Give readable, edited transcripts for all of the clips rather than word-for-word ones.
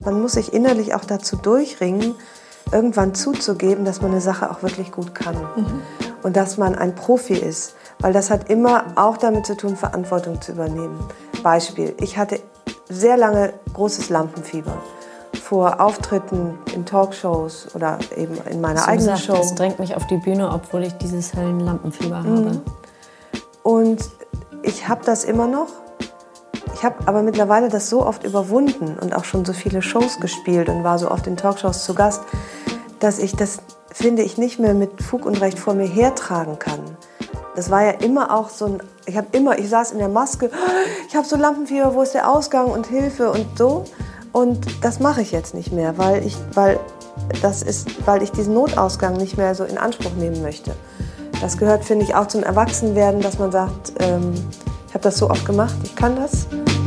Man muss sich innerlich auch dazu durchringen, irgendwann zuzugeben, dass man eine Sache auch wirklich gut kann. Und dass man ein Profi ist. Weil das hat immer auch damit zu tun, Verantwortung zu übernehmen. Beispiel, ich hatte sehr lange großes Lampenfieber. Vor Auftritten in Talkshows oder eben in meiner eigenen Show. Das drängt mich auf die Bühne, obwohl ich dieses Höllenlampenfieber habe. Und ich habe das immer noch. Ich habe aber mittlerweile das so oft überwunden und auch schon so viele Shows gespielt und war so oft in Talkshows zu Gast, dass ich das, finde ich, nicht mehr mit Fug und Recht vor mir hertragen kann. Das war ja immer auch so ein, ich saß in der Maske, ich habe so Lampenfieber, wo ist der Ausgang und Hilfe und so. Und das mache ich jetzt nicht mehr, weil ich diesen Notausgang nicht mehr so in Anspruch nehmen möchte. Das gehört, finde ich, auch zum Erwachsenwerden, dass man sagt, ich habe das so oft gemacht, ich kann das.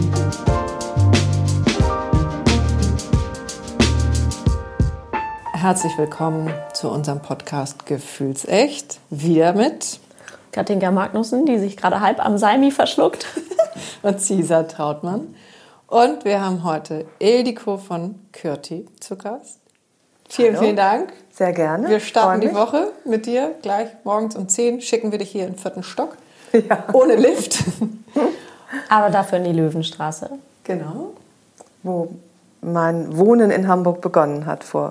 Herzlich willkommen zu unserem Podcast Gefühlsecht. Wieder mit Katinka Magnussen, die sich gerade halb am Salmi verschluckt. Und Cesar Trautmann. Und wir haben heute Ildiko von Kürti zu Gast. Vielen Dank. Sehr gerne. Wir starten die Woche mit dir. Gleich morgens um 10 schicken wir dich hier in den 4. Stock. Ja. Ohne Lift. Aber dafür in die Löwenstraße. Genau. Wo mein Wohnen in Hamburg begonnen hat vor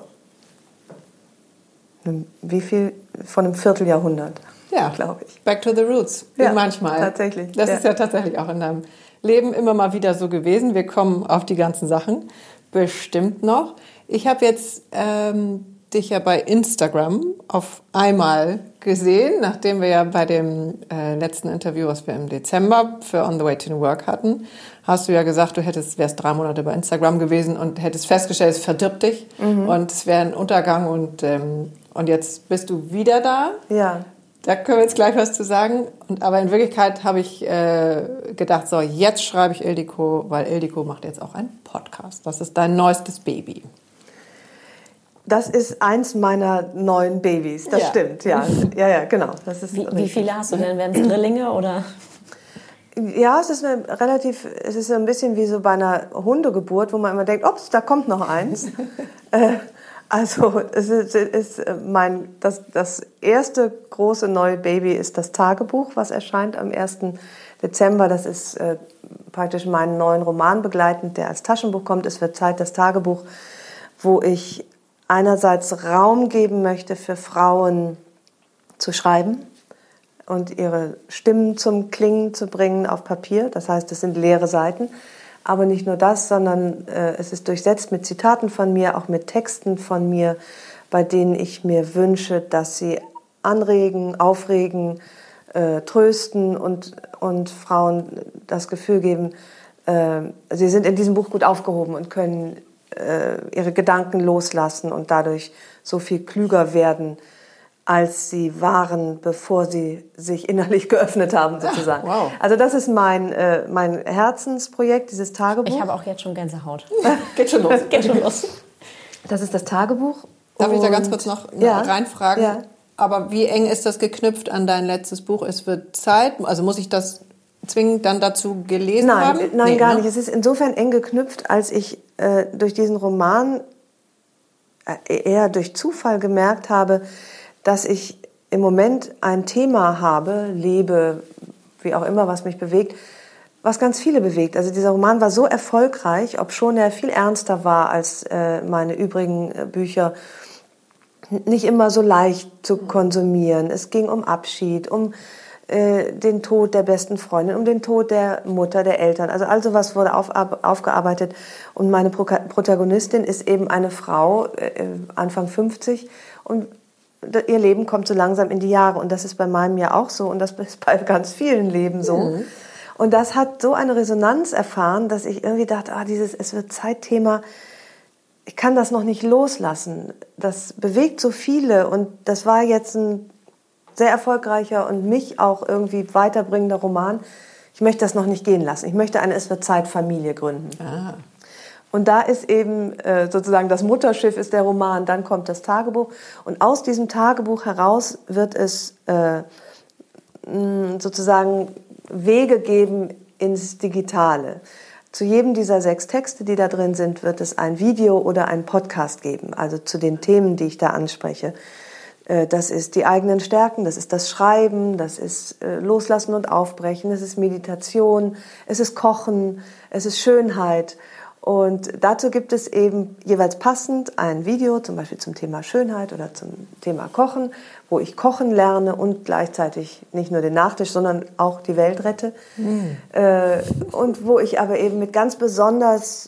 einem Vierteljahrhundert. Ja, glaube ich. Back to the roots, wie manchmal. Tatsächlich. Das ist ja tatsächlich auch in deinem Leben immer mal wieder so gewesen. Wir kommen auf die ganzen Sachen bestimmt noch. Ich habe jetzt dich ja bei Instagram auf einmal gesehen, nachdem wir ja bei dem letzten Interview, was wir im Dezember für On the Way to New Work hatten, hast du ja gesagt, du wärst 3 Monate bei Instagram gewesen und hättest festgestellt, es verdirbt dich und es wäre ein Untergang und jetzt bist du wieder da. Ja. Da können wir jetzt gleich was zu sagen. Aber in Wirklichkeit habe ich gedacht, so, jetzt schreibe ich Ildiko, weil Ildiko macht jetzt auch einen Podcast. Das ist dein neuestes Baby. Das ist eins meiner neuen Babys, das stimmt, ja. Ja, genau. Das ist Wie viele hast du denn? Werden es Drillinge oder? Ja, es ist ein bisschen wie so bei einer Hundegeburt, wo man immer denkt, ups, da kommt noch eins. Also das erste große neue Baby ist das Tagebuch, was erscheint am 1. Dezember. Das ist praktisch meinen neuen Roman begleitend, der als Taschenbuch kommt. Es wird Zeit, das Tagebuch, wo ich einerseits Raum geben möchte für Frauen zu schreiben und ihre Stimmen zum Klingen zu bringen auf Papier. Das heißt, es sind leere Seiten. Aber nicht nur das, sondern es ist durchsetzt mit Zitaten von mir, auch mit Texten von mir, bei denen ich mir wünsche, dass sie anregen, aufregen, trösten und Frauen das Gefühl geben, sie sind in diesem Buch gut aufgehoben und können ihre Gedanken loslassen und dadurch so viel klüger werden, als sie waren, bevor sie sich innerlich geöffnet haben, sozusagen. Wow. Also das ist mein Herzensprojekt, dieses Tagebuch. Ich habe auch jetzt schon Gänsehaut. Geht schon los. Geht schon los. Das ist das Tagebuch. Darf ich da ganz kurz noch reinfragen? Ja. Aber wie eng ist das geknüpft an dein letztes Buch? Es wird Zeit, also muss ich das zwingend dann dazu gelesen haben? Nein, gar nicht. Es ist insofern eng geknüpft, als ich durch diesen Roman eher durch Zufall gemerkt habe, dass ich im Moment ein Thema habe, lebe, wie auch immer, was mich bewegt, was ganz viele bewegt. Also dieser Roman war so erfolgreich, obschon er viel ernster war als meine übrigen Bücher, nicht immer so leicht zu konsumieren. Es ging um Abschied, um den Tod der besten Freundin, um den Tod der Mutter, der Eltern. Also all sowas wurde aufgearbeitet. Und meine Protagonistin ist eben eine Frau, Anfang 50, und ihr Leben kommt so langsam in die Jahre. Und das ist bei meinem ja auch so und das ist bei ganz vielen Leben so. Und das hat so eine Resonanz erfahren, dass ich irgendwie dachte, dieses Es wird Zeit-Thema, ich kann das noch nicht loslassen. Das bewegt so viele und das war jetzt ein sehr erfolgreicher und mich auch irgendwie weiterbringender Roman. Ich möchte das noch nicht gehen lassen. Ich möchte eine Es wird Zeit-Familie gründen. Ah. Und da ist eben sozusagen das Mutterschiff ist der Roman, dann kommt das Tagebuch. Und aus diesem Tagebuch heraus wird es sozusagen Wege geben ins Digitale. Zu jedem dieser 6 Texte, die da drin sind, wird es ein Video oder einen Podcast geben, also zu den Themen, die ich da anspreche. Das ist die eigenen Stärken, das ist das Schreiben, das ist Loslassen und Aufbrechen, es ist Meditation, es ist Kochen, es ist Schönheit. Und dazu gibt es eben jeweils passend ein Video, zum Beispiel zum Thema Schönheit oder zum Thema Kochen, wo ich kochen lerne und gleichzeitig nicht nur den Nachtisch, sondern auch die Welt rette. Und wo ich aber eben mit ganz besonders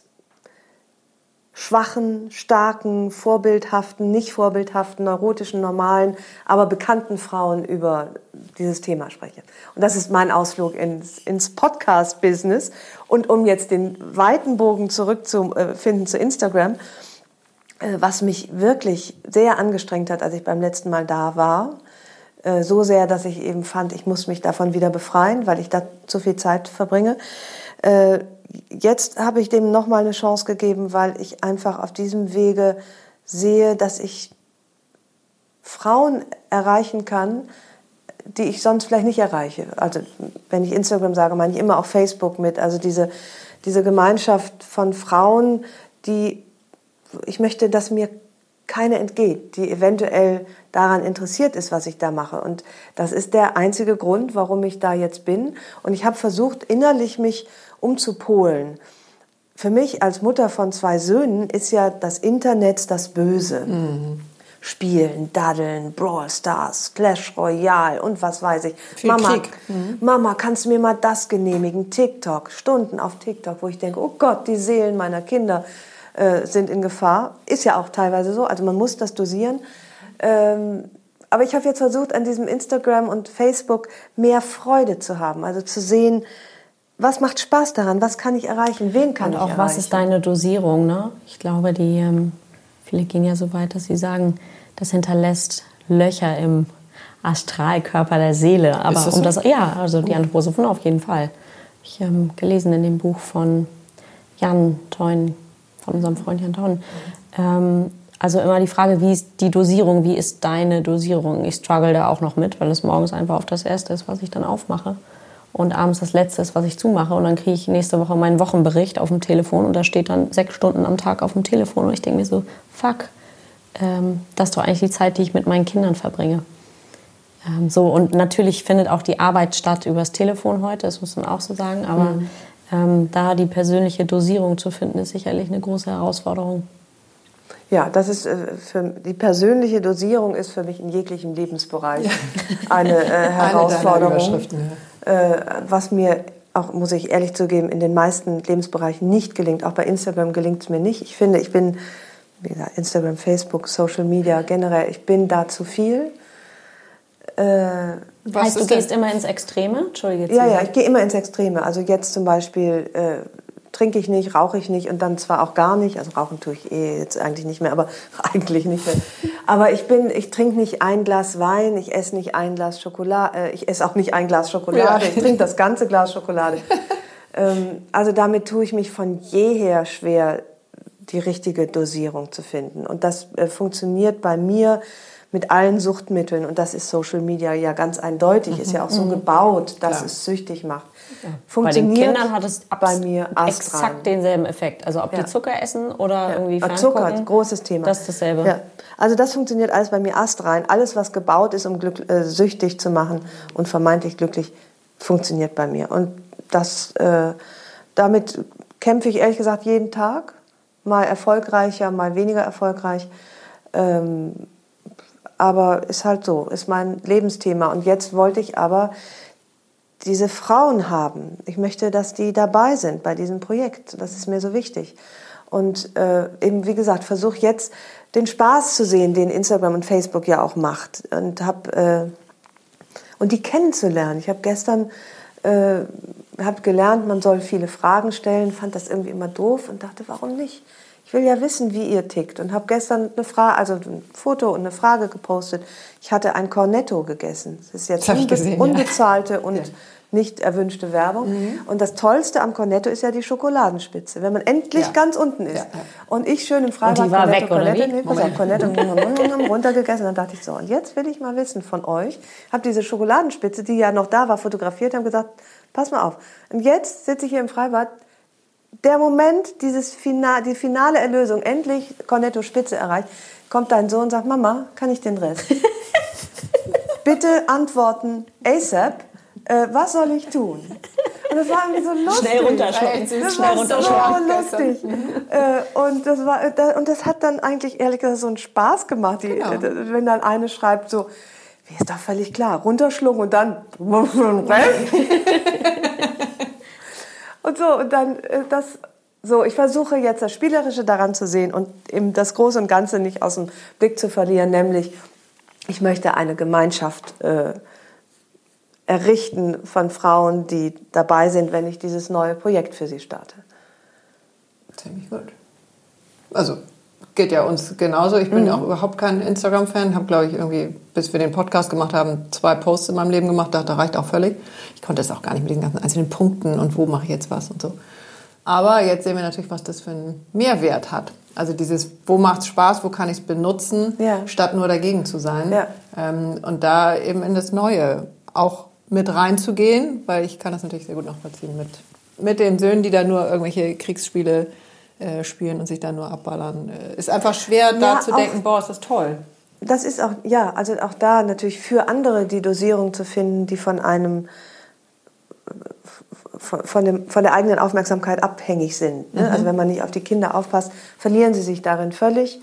schwachen, starken, vorbildhaften, nicht vorbildhaften, neurotischen, normalen, aber bekannten Frauen über dieses Thema spreche. Und das ist mein Ausflug ins Podcast-Business. Und um jetzt den weiten Bogen zurückzufinden zu Instagram, was mich wirklich sehr angestrengt hat, als ich beim letzten Mal da war, so sehr, dass ich eben fand, ich muss mich davon wieder befreien, weil ich da zu viel Zeit verbringe. Jetzt habe ich dem nochmal eine Chance gegeben, weil ich einfach auf diesem Wege sehe, dass ich Frauen erreichen kann, die ich sonst vielleicht nicht erreiche. Also wenn ich Instagram sage, meine ich immer auch Facebook mit. Also diese Gemeinschaft von Frauen, die ich möchte, dass mir keine entgeht, die eventuell daran interessiert ist, was ich da mache. Und das ist der einzige Grund, warum ich da jetzt bin. Und ich habe versucht, innerlich mich umzupolen. Für mich als Mutter von 2 Söhnen ist ja das Internet das Böse. Spielen, Daddeln, Brawl Stars, Clash Royale und was weiß ich. Mama, kannst du mir mal das genehmigen? TikTok, Stunden auf TikTok, wo ich denke, oh Gott, die Seelen meiner Kinder sind in Gefahr. Ist ja auch teilweise so, also man muss das dosieren. Aber ich habe jetzt versucht, an diesem Instagram und Facebook mehr Freude zu haben, also zu sehen, was macht Spaß daran, was kann ich erreichen, wen kann ich erreichen. Und auch, was ist deine Dosierung, ne? Ich glaube, viele gehen ja so weit, dass sie sagen, das hinterlässt Löcher im Astralkörper der Seele. Aber ist das so? Ja, also die Anthroposophen auf jeden Fall. Ich habe gelesen in dem Buch von Jan Teun, von unserem Freund Jan Teun. Also immer die Frage, wie ist die Dosierung, wie ist deine Dosierung? Ich struggle da auch noch mit, weil es morgens einfach auf das Erste ist, was ich dann aufmache. Und abends das Letzte ist, was ich zumache. Und dann kriege ich nächste Woche meinen Wochenbericht auf dem Telefon und da steht dann 6 Stunden am Tag auf dem Telefon. Und ich denke mir so, fuck, das ist doch eigentlich die Zeit, die ich mit meinen Kindern verbringe. Und natürlich findet auch die Arbeit statt übers Telefon heute, das muss man auch so sagen. Aber da die persönliche Dosierung zu finden, ist sicherlich eine große Herausforderung. Ja, das ist die persönliche Dosierung ist für mich in jeglichem Lebensbereich eine Herausforderung. Was mir auch, muss ich ehrlich zugeben, in den meisten Lebensbereichen nicht gelingt. Auch bei Instagram gelingt es mir nicht. Ich finde, ich bin, wie gesagt, Instagram, Facebook, Social Media generell, ich bin da zu viel. Heißt, du gehst immer ins Extreme? Entschuldige. Ja, ich gehe immer ins Extreme. Also jetzt zum Beispiel trinke ich nicht, rauche ich nicht und dann zwar auch gar nicht. Also rauchen tue ich jetzt eigentlich nicht mehr, aber eigentlich nicht mehr. Aber ich trinke nicht ein Glas Wein, ich esse nicht ein Glas Schokolade, ich esse auch nicht ein Glas Schokolade, ich trinke das ganze Glas Schokolade. Also damit tue ich mich von jeher schwer, die richtige Dosierung zu finden. Und das funktioniert bei mir mit allen Suchtmitteln. Und das ist Social Media ja ganz eindeutig, ist ja auch so gebaut, dass es süchtig macht. Ja. Funktioniert bei den Kindern hat es bei mir exakt denselben Effekt. Also ob die Zucker essen oder irgendwie Ferngucken. Zucker, großes Thema. Das ist dasselbe. Ja. Also das funktioniert alles bei mir astrein. Alles, was gebaut ist, um süchtig zu machen und vermeintlich glücklich, funktioniert bei mir. Und damit kämpfe ich ehrlich gesagt jeden Tag. Mal erfolgreicher, mal weniger erfolgreich. Aber ist halt so, ist mein Lebensthema. Und jetzt wollte ich aber diese Frauen haben. Ich möchte, dass die dabei sind bei diesem Projekt. Das ist mir so wichtig. Und eben, wie gesagt, versuche jetzt den Spaß zu sehen, den Instagram und Facebook ja auch macht. Und die kennenzulernen. Ich habe gestern gelernt, man soll viele Fragen stellen, fand das irgendwie immer doof und dachte, warum nicht? Ich will ja wissen, wie ihr tickt. Und habe gestern ein Foto und eine Frage gepostet. Ich hatte ein Cornetto gegessen. Das ist jetzt unbezahlte und nicht erwünschte Werbung. Und das Tollste am Cornetto ist ja die Schokoladenspitze, wenn man endlich ganz unten ist. Und ich schön im Freibad und die war Cornetto runtergegessen. Dann dachte ich so, und jetzt will ich mal wissen von euch. Habe diese Schokoladenspitze, die ja noch da war, fotografiert, haben gesagt, pass mal auf. Und jetzt sitze ich hier im Freibad, der Moment, die finale Erlösung, endlich Cornetto Spitze erreicht, kommt dein Sohn und sagt, Mama, kann ich den Rest? Bitte antworten ASAP, was soll ich tun? Und das war irgendwie so lustig. Schnell runterschlucken. Das war so lustig. Und das hat dann eigentlich, ehrlich gesagt, so einen Spaß gemacht, wenn dann eine schreibt so, wie ist doch völlig klar, runterschlucken und dann und dann ich versuche jetzt das Spielerische daran zu sehen und eben das Große und Ganze nicht aus dem Blick zu verlieren, nämlich ich möchte eine Gemeinschaft errichten von Frauen, die dabei sind, wenn ich dieses neue Projekt für sie starte. Ziemlich gut. Also geht ja uns genauso. Ich bin auch überhaupt kein Instagram-Fan. Habe, glaube ich, irgendwie, bis wir den Podcast gemacht haben, 2 Posts in meinem Leben gemacht. Dachte, reicht auch völlig. Ich konnte es auch gar nicht mit den ganzen einzelnen Punkten und wo mache ich jetzt was und so. Aber jetzt sehen wir natürlich, was das für einen Mehrwert hat. Also dieses, wo macht es Spaß, wo kann ich es benutzen, statt nur dagegen zu sein. Ja. Und da eben in das Neue auch mit reinzugehen, weil ich kann das natürlich sehr gut nachvollziehen mit den Söhnen, die da nur irgendwelche Kriegsspiele spielen und sich da nur abballern. Ist einfach schwer, da zu denken, boah, ist das toll. Das ist auch, also auch da natürlich für andere die Dosierung zu finden, die von der eigenen Aufmerksamkeit abhängig sind. Ne? Also wenn man nicht auf die Kinder aufpasst, verlieren sie sich darin völlig.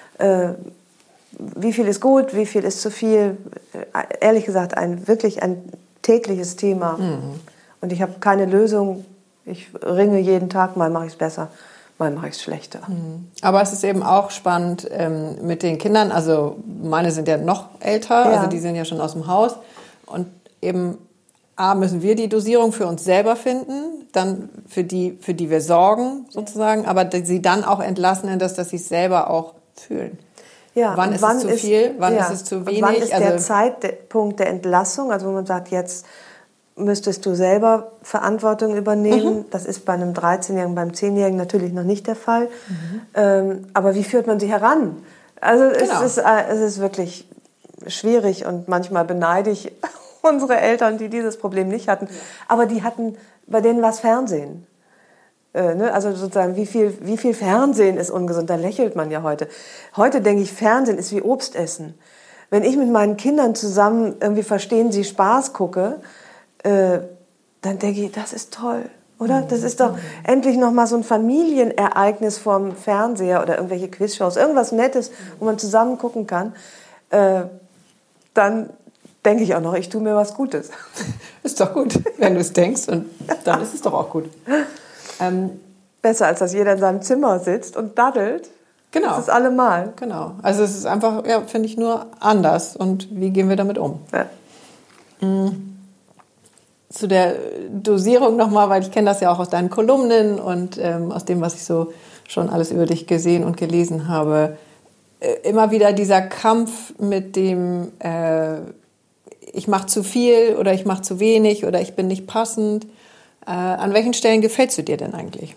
Wie viel ist gut, wie viel ist zu viel? Ehrlich gesagt, wirklich ein tägliches Thema. Und ich habe keine Lösung. Ich ringe jeden Tag, mal mache ich es besser, mal mache ich es schlechter. Aber es ist eben auch spannend mit den Kindern. Also meine sind ja noch älter, also die sind ja schon aus dem Haus. Und eben müssen wir die Dosierung für uns selber finden, dann für die wir sorgen sozusagen, aber sie dann auch entlassen in das, dass sie es selber auch fühlen. Ja, wann ist es zu viel, wann ist es zu wenig? Wann ist der Zeitpunkt der Entlassung, also wo man sagt, jetzt müsstest du selber Verantwortung übernehmen. Das ist bei einem 13-Jährigen, beim 10-Jährigen natürlich noch nicht der Fall. Aber wie führt man sie heran? Also es ist wirklich schwierig und manchmal beneide ich unsere Eltern, die dieses Problem nicht hatten. Aber bei denen war es Fernsehen. Also sozusagen, wie viel Fernsehen ist ungesund? Da lächelt man ja heute. Heute denke ich, Fernsehen ist wie Obst essen. Wenn ich mit meinen Kindern zusammen irgendwie verstehen sie Spaß gucke, dann denke ich, das ist toll, oder? Das ist doch endlich noch mal so ein Familienereignis vorm Fernseher oder irgendwelche Quizshows, irgendwas Nettes, wo man zusammen gucken kann. Dann denke ich auch noch, ich tue mir was Gutes. Ist doch gut, wenn du es denkst, und dann ist es doch auch gut. Besser, als dass jeder in seinem Zimmer sitzt und daddelt. Genau. Das ist allemal. Genau. Also es ist einfach, finde ich, nur anders. Und wie gehen wir damit um? Ja. Zu der Dosierung nochmal, weil ich kenne das ja auch aus deinen Kolumnen und aus dem, was ich so schon alles über dich gesehen und gelesen habe. Immer wieder dieser Kampf mit dem, ich mache zu viel oder ich mache zu wenig oder ich bin nicht passend. An welchen Stellen gefällst du dir denn eigentlich?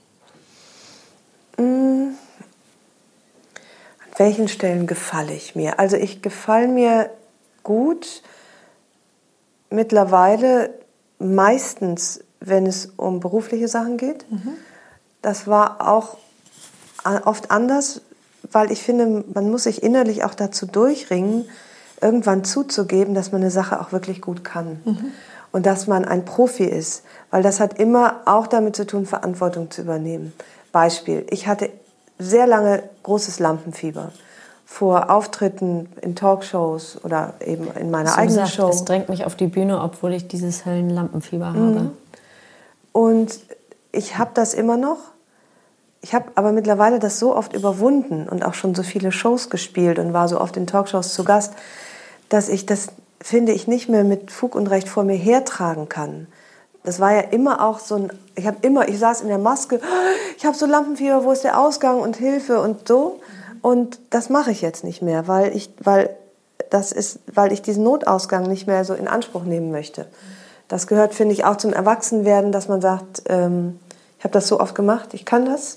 An welchen Stellen gefalle ich mir? Also ich gefalle mir gut mittlerweile meistens, wenn es um berufliche Sachen geht. Das war auch oft anders, weil ich finde, man muss sich innerlich auch dazu durchringen, irgendwann zuzugeben, dass man eine Sache auch wirklich gut kann. Und dass man ein Profi ist. Weil das hat immer auch damit zu tun, Verantwortung zu übernehmen. Beispiel, ich hatte sehr lange großes Lampenfieber. Vor Auftritten in Talkshows oder eben in meiner eigenen Show. Es drängt mich auf die Bühne, obwohl ich dieses Höllenlampenfieber habe. Und ich habe das immer noch. Ich habe aber mittlerweile das so oft überwunden und auch schon so viele Shows gespielt und war so oft in Talkshows zu Gast, dass ich das, finde ich, nicht mehr mit Fug und Recht vor mir hertragen kann. Das war ja immer auch so ich saß in der Maske, ich habe so Lampenfieber, wo ist der Ausgang und Hilfe und so. Und das mache ich jetzt nicht mehr, weil ich diesen Notausgang nicht mehr so in Anspruch nehmen möchte. Das gehört, finde ich, auch zum Erwachsenwerden, dass man sagt, ich habe das so oft gemacht, ich kann das.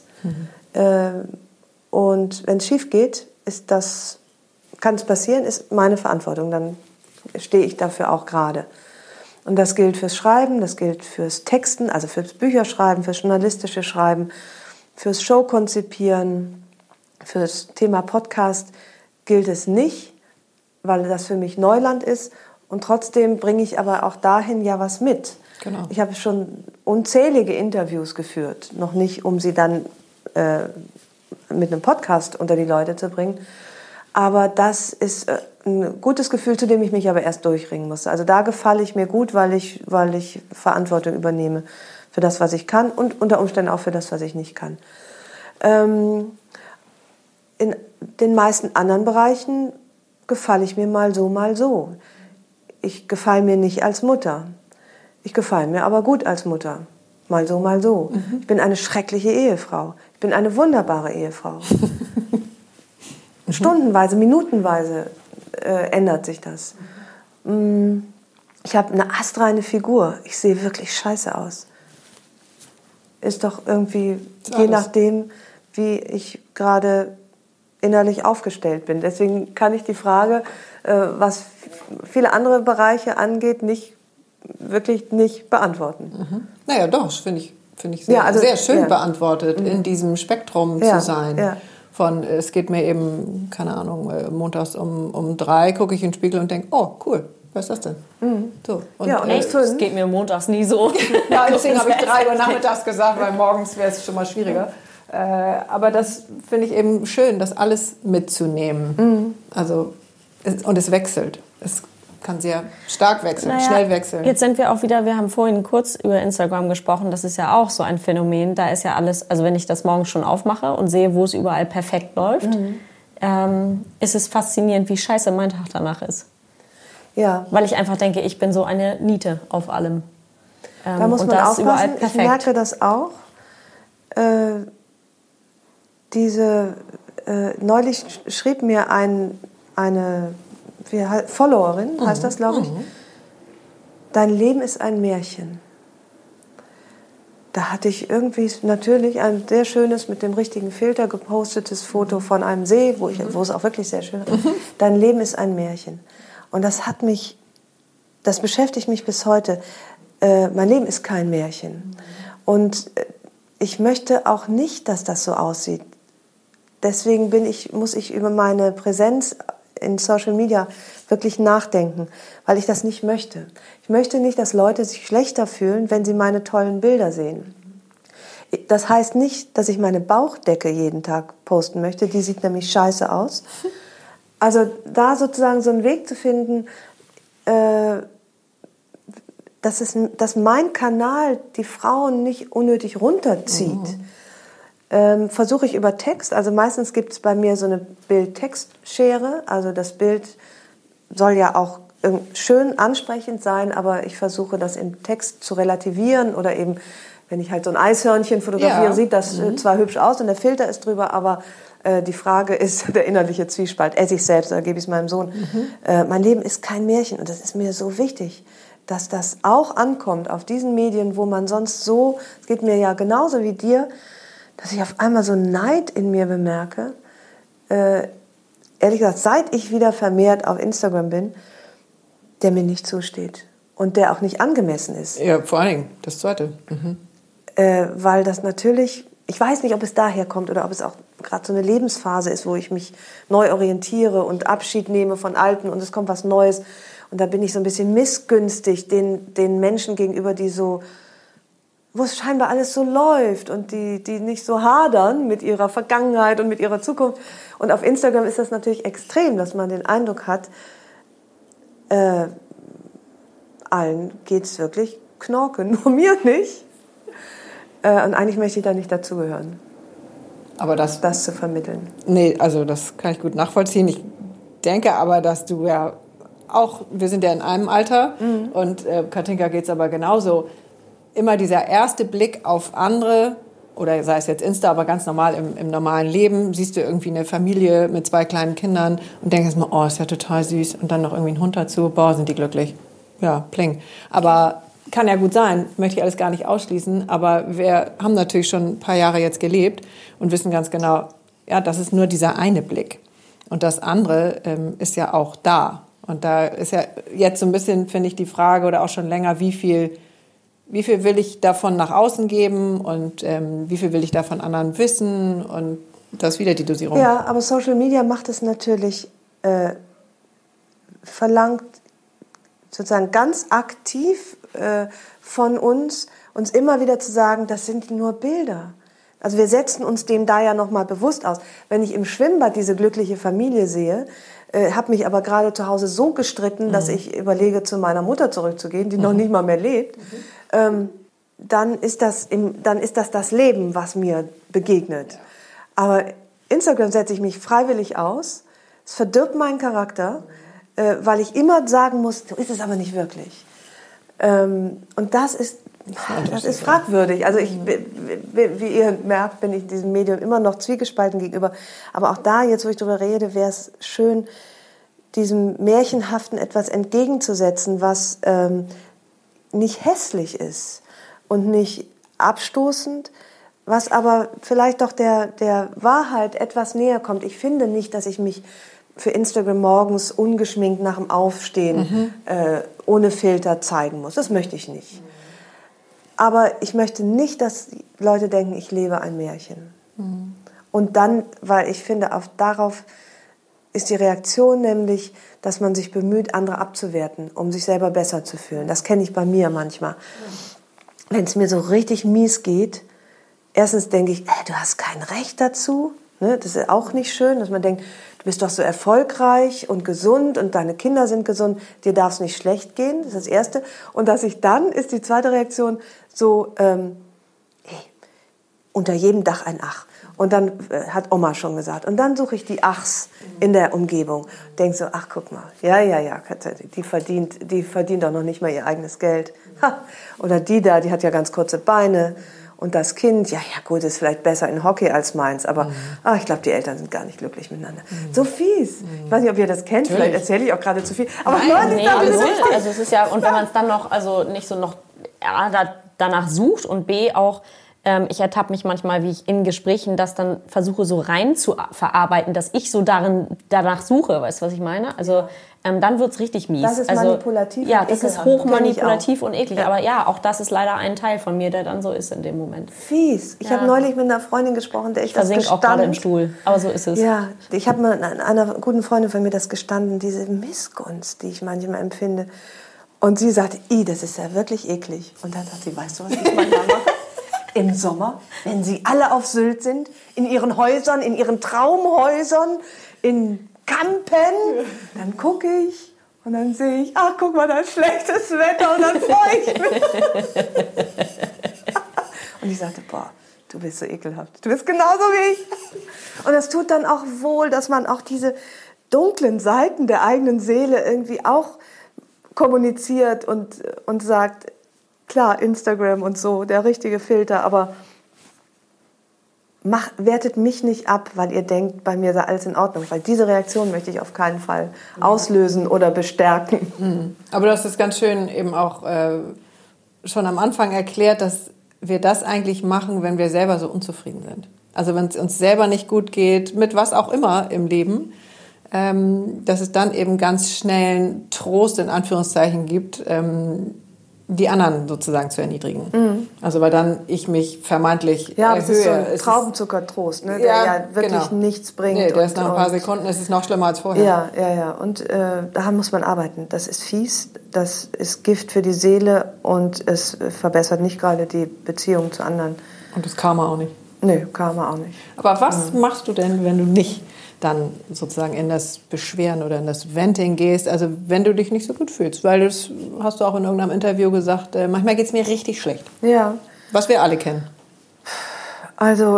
Und wenn es schief geht, kann es passieren, ist meine Verantwortung. Dann stehe ich dafür auch gerade. Und das gilt fürs Schreiben, das gilt fürs Texten, also fürs Bücherschreiben, fürs journalistische Schreiben, fürs Showkonzipieren, fürs Thema Podcast gilt es nicht, weil das für mich Neuland ist. Und trotzdem bringe ich aber auch dahin ja was mit. Genau. Ich habe schon unzählige Interviews geführt, noch nicht, um sie dann mit einem Podcast unter die Leute zu bringen. Aber das ist ein gutes Gefühl, zu dem ich mich aber erst durchringen muss. Also da gefalle ich mir gut, weil ich Verantwortung übernehme für das, was ich kann und unter Umständen auch für das, was ich nicht kann. In den meisten anderen Bereichen gefalle ich mir mal so, mal so. Ich gefalle mir nicht als Mutter. Ich gefalle mir aber gut als Mutter. Mal so, mal so. Mhm. Ich bin eine schreckliche Ehefrau. Ich bin eine wunderbare Ehefrau. Stundenweise, minutenweise ändert sich das. Ich habe eine astreine Figur. Ich sehe wirklich scheiße aus. Ist doch irgendwie, je nachdem, wie ich gerade innerlich aufgestellt bin. Deswegen kann ich die Frage, was viele andere Bereiche angeht, wirklich nicht beantworten. Mhm. Naja, doch, finde ich sehr schön beantwortet, in diesem Spektrum zu sein. Ja. Von, es geht mir eben, keine Ahnung, montags um 3 gucke ich in den Spiegel und denke, oh, cool, was ist das denn? Mhm. So. Und, es geht mir montags nie so. Ja, deswegen habe ich 3 Uhr nachmittags gesagt, weil morgens wäre es schon mal schwieriger. Aber das finde ich eben schön, das alles mitzunehmen. Mhm. Also, und es wechselt. Es kann sehr stark wechseln, schnell wechseln. Jetzt sind wir auch wieder, wir haben vorhin kurz über Instagram gesprochen, das ist ja auch so ein Phänomen, da ist ja alles, also wenn ich das morgens schon aufmache und sehe, wo es überall perfekt läuft, ist es faszinierend, wie scheiße mein Tag danach ist. Ja. Weil ich einfach denke, ich bin so eine Niete auf allem. Da muss man aufpassen, ich merke das auch. Neulich schrieb mir eine Followerin, heißt das, glaube ich. Dein Leben ist ein Märchen. Da hatte ich irgendwie natürlich ein sehr schönes, mit dem richtigen Filter gepostetes Foto von einem See, wo es auch wirklich sehr schön ist. Dein Leben ist ein Märchen. Und das beschäftigt mich bis heute. Mein Leben ist kein Märchen. Und ich möchte auch nicht, dass das so aussieht. Deswegen muss ich über meine Präsenz in Social Media wirklich nachdenken, weil ich das nicht möchte. Ich möchte nicht, dass Leute sich schlechter fühlen, wenn sie meine tollen Bilder sehen. Das heißt nicht, dass ich meine Bauchdecke jeden Tag posten möchte, die sieht nämlich scheiße aus. Also da sozusagen so einen Weg zu finden, dass mein Kanal die Frauen nicht unnötig runterzieht. Versuche ich über Text, also meistens gibt es bei mir so eine Bild-Text-Schere, also das Bild soll ja auch schön ansprechend sein, aber ich versuche das im Text zu relativieren oder eben, wenn ich halt so ein Eishörnchen fotografiere, sieht das zwar hübsch aus und der Filter ist drüber, aber die Frage ist der innerliche Zwiespalt, esse ich selbst oder gebe ich es meinem Sohn. Mein Leben ist kein Märchen und das ist mir so wichtig, dass das auch ankommt auf diesen Medien, wo man sonst so, es geht mir ja genauso wie dir, dass ich auf einmal so einen Neid in mir bemerke. Ehrlich gesagt, seit ich wieder vermehrt auf Instagram bin, der mir nicht zusteht und der auch nicht angemessen ist. Ja, vor allen Dingen das Zweite. Weil das natürlich, ich weiß nicht, ob es daher kommt oder ob es auch gerade so eine Lebensphase ist, wo ich mich neu orientiere und Abschied nehme von Alten und es kommt was Neues. Und da bin ich so ein bisschen missgünstig den Menschen gegenüber, die so, wo es scheinbar alles so läuft und die nicht so hadern mit ihrer Vergangenheit und mit ihrer Zukunft. Und auf Instagram ist das natürlich extrem, dass man den Eindruck hat, allen geht's wirklich Knorke, nur mir nicht. Und eigentlich möchte ich da nicht dazugehören, aber das zu vermitteln. Nee, also das kann ich gut nachvollziehen. Ich denke aber, dass du ja auch, wir sind ja in einem Alter und Katinka geht's aber genauso, immer dieser erste Blick auf andere, oder sei es jetzt Insta, aber ganz normal im normalen Leben, siehst du irgendwie eine Familie mit 2 kleinen Kindern und denkst erstmal, oh, ist ja total süß. Und dann noch irgendwie ein Hund dazu, boah, sind die glücklich. Ja, pling. Aber kann ja gut sein, möchte ich alles gar nicht ausschließen, aber wir haben natürlich schon ein paar Jahre jetzt gelebt und wissen ganz genau, ja, das ist nur dieser eine Blick. Und das andere ist ja auch da. Und da ist ja jetzt so ein bisschen, finde ich, die Frage oder auch schon länger, wie viel will ich davon nach außen geben und wie viel will ich davon anderen wissen, und das ist wieder die Dosierung. Ja, aber Social Media macht es natürlich, verlangt sozusagen ganz aktiv von uns immer wieder zu sagen, das sind nur Bilder. Also wir setzen uns dem da ja nochmal bewusst aus. Wenn ich im Schwimmbad diese glückliche Familie sehe, habe mich aber gerade zu Hause so gestritten, dass ich überlege, zu meiner Mutter zurückzugehen, die noch nicht mal mehr lebt, dann ist das das Leben, was mir begegnet. Aber Instagram setze ich mich freiwillig aus. Es verdirbt meinen Charakter, weil ich immer sagen muss, so ist es aber nicht wirklich. Und das ist fragwürdig. Also wie ihr merkt, bin ich diesem Medium immer noch zwiegespalten gegenüber. Aber auch da, jetzt wo ich darüber rede, wäre es schön, diesem Märchenhaften etwas entgegenzusetzen, was nicht hässlich ist und nicht abstoßend, was aber vielleicht doch der Wahrheit etwas näher kommt. Ich finde nicht, dass ich mich für Instagram morgens ungeschminkt nach dem Aufstehen ohne Filter zeigen muss. Das möchte ich nicht. Aber ich möchte nicht, dass Leute denken, ich lebe ein Märchen. Und dann, weil ich finde, darauf ist die Reaktion nämlich, dass man sich bemüht, andere abzuwerten, um sich selber besser zu fühlen. Das kenne ich bei mir manchmal. Wenn es mir so richtig mies geht, erstens denke ich, du hast kein Recht dazu. Ne? Das ist auch nicht schön, dass man denkt, du bist doch so erfolgreich und gesund und deine Kinder sind gesund, dir darf es nicht schlecht gehen. Das ist das Erste. Und dass ich dann, ist die zweite Reaktion, so, unter jedem Dach ein Ach. Und dann hat Oma schon gesagt. Und dann suche ich die Achs in der Umgebung. Denke so, ach, guck mal, ja, die verdient doch noch nicht mal ihr eigenes Geld. Ha. Oder die hat ja ganz kurze Beine. Und das Kind, ja gut, ist vielleicht besser in Hockey als meins, aber ich glaube, die Eltern sind gar nicht glücklich miteinander. So fies. Ich weiß nicht, ob ihr das kennt, vielleicht erzähle ich auch gerade zu viel. Aber also es ist ja, und wenn man es dann noch, also nicht so noch danach sucht und B auch, ich ertappe mich manchmal, wie ich in Gesprächen das dann versuche so rein zu verarbeiten, dass ich so danach suche, weißt du, was ich meine? Also dann wird's richtig mies. Das ist manipulativ. Ja, das ist hochmanipulativ und eklig. Ja. Aber ja, auch das ist leider ein Teil von mir, der dann so ist in dem Moment. Fies. Ich habe neulich mit einer Freundin gesprochen, der ich das versinke auch gerade im Stuhl. Aber so ist es. Ja, ich habe mal einer guten Freundin von mir das gestanden, diese Missgunst, die ich manchmal empfinde. Und sie sagte, das ist ja wirklich eklig. Und dann sagt sie, weißt du, was ich manchmal mache? Im Sommer, wenn sie alle auf Sylt sind, in ihren Häusern, in ihren Traumhäusern, in Campen, dann gucke ich und dann sehe ich, ach, guck mal, da ist schlechtes Wetter und dann freue ich mich. Und ich sagte, boah, du bist so ekelhaft. Du bist genauso wie ich. Und es tut dann auch wohl, dass man auch diese dunklen Seiten der eigenen Seele irgendwie auch kommuniziert und sagt, klar, Instagram und so, der richtige Filter, aber wertet mich nicht ab, weil ihr denkt, bei mir sei alles in Ordnung. Weil diese Reaktion möchte ich auf keinen Fall auslösen oder bestärken. Aber du hast es ganz schön eben auch schon am Anfang erklärt, dass wir das eigentlich machen, wenn wir selber so unzufrieden sind. Also wenn es uns selber nicht gut geht, mit was auch immer im Leben, dass es dann eben ganz schnell einen Trost in Anführungszeichen gibt, die anderen sozusagen zu erniedrigen. Also weil dann ich mich vermeintlich erhöhe. Das ist so ein Traubenzuckertrost, ne, der ja wirklich nichts bringt. Nee, der ist nach ein paar Sekunden, ist es noch schlimmer als vorher. Ja. Und daran muss man arbeiten. Das ist fies, das ist Gift für die Seele und es verbessert nicht gerade die Beziehung zu anderen. Und das Karma auch nicht. Nee, Karma auch nicht. Aber was machst du denn, wenn du nicht dann sozusagen in das Beschweren oder in das Venting gehst, also wenn du dich nicht so gut fühlst, weil das hast du auch in irgendeinem Interview gesagt, manchmal geht es mir richtig schlecht. Ja. Was wir alle kennen. Also,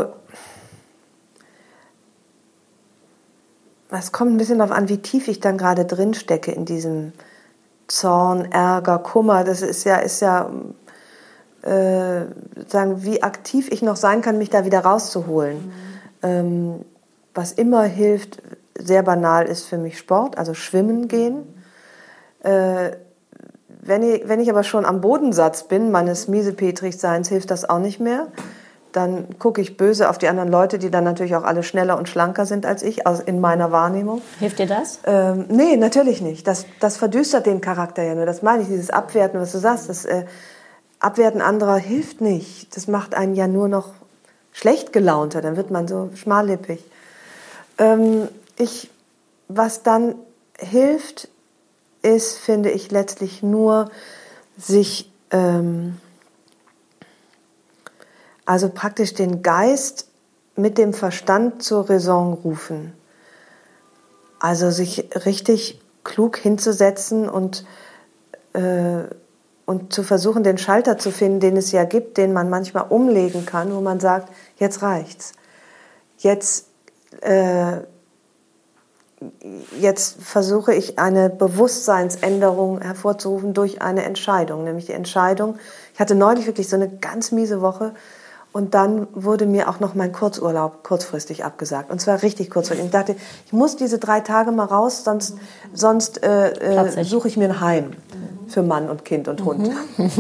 es kommt ein bisschen darauf an, wie tief ich dann gerade drin stecke in diesem Zorn, Ärger, Kummer. Das ist ja sagen, wie aktiv ich noch sein kann, mich da wieder rauszuholen. Was immer hilft, sehr banal ist für mich Sport, also schwimmen gehen. Wenn ich aber schon am Bodensatz bin, meines Miesepetrichseins, hilft das auch nicht mehr. dann gucke ich böse auf die anderen Leute, die dann natürlich auch alle schneller und schlanker sind als ich, in meiner Wahrnehmung. Hilft dir das? Nee, natürlich nicht. Das verdüstert den Charakter ja nur. Das meine ich, dieses Abwerten, was du sagst. Das Abwerten anderer hilft nicht. Das macht einen ja nur noch schlecht gelaunter. Dann wird man so schmallippig. Was dann hilft, ist, finde ich, letztlich nur, sich also praktisch den Geist mit dem Verstand zur Raison rufen. Also sich richtig klug hinzusetzen und zu versuchen, den Schalter zu finden, den es ja gibt, den man manchmal umlegen kann, wo man sagt, jetzt reicht's. Jetzt versuche ich eine Bewusstseinsänderung hervorzurufen durch eine Entscheidung, nämlich die Entscheidung. Ich hatte neulich wirklich so eine ganz miese Woche und dann wurde mir auch noch mein Kurzurlaub kurzfristig abgesagt. Und zwar richtig kurzfristig. Ich dachte, ich muss diese 3 Tage mal raus, sonst suche ich mir ein Heim für Mann und Kind und Hund.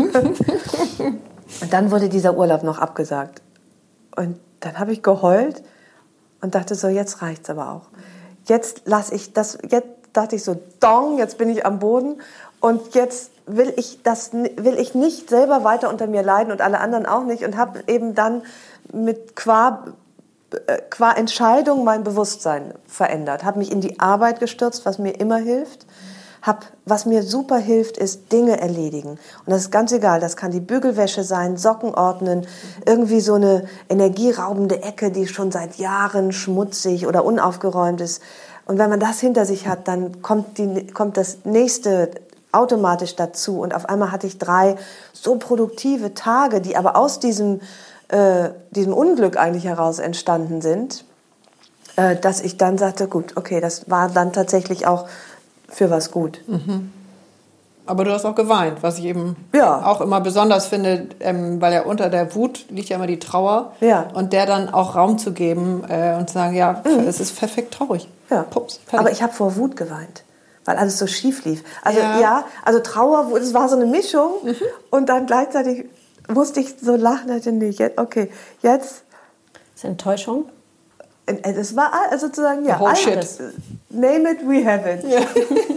Und dann wurde dieser Urlaub noch abgesagt. Und dann habe ich geheult und dachte so, jetzt reicht's aber auch. Jetzt dachte ich so, dong, jetzt bin ich am Boden und jetzt will ich nicht selber weiter unter mir leiden und alle anderen auch nicht und habe eben dann qua Entscheidung mein Bewusstsein verändert, habe mich in die Arbeit gestürzt, was mir immer hilft. Was mir super hilft, ist Dinge erledigen. Und das ist ganz egal, das kann die Bügelwäsche sein, Socken ordnen, irgendwie so eine energieraubende Ecke, die schon seit Jahren schmutzig oder unaufgeräumt ist. Und wenn man das hinter sich hat, dann kommt das nächste automatisch dazu. Und auf einmal hatte ich 3 so produktive Tage, die aber aus diesem Unglück eigentlich heraus entstanden sind, dass ich dann sagte, gut, okay, das war dann tatsächlich auch für was gut. Mhm. Aber du hast auch geweint, was ich eben auch immer besonders finde, weil ja unter der Wut liegt ja immer die Trauer. Ja. Und der dann auch Raum zu geben und zu sagen, es ist perfekt traurig. Ja. Pups, aber ich habe vor Wut geweint, weil alles so schief lief. Also Trauer, das war so eine Mischung und dann gleichzeitig musste ich so lachen, dass ich jetzt. Das ist Enttäuschung? Es war sozusagen, alles. Name it, we have it. Ja.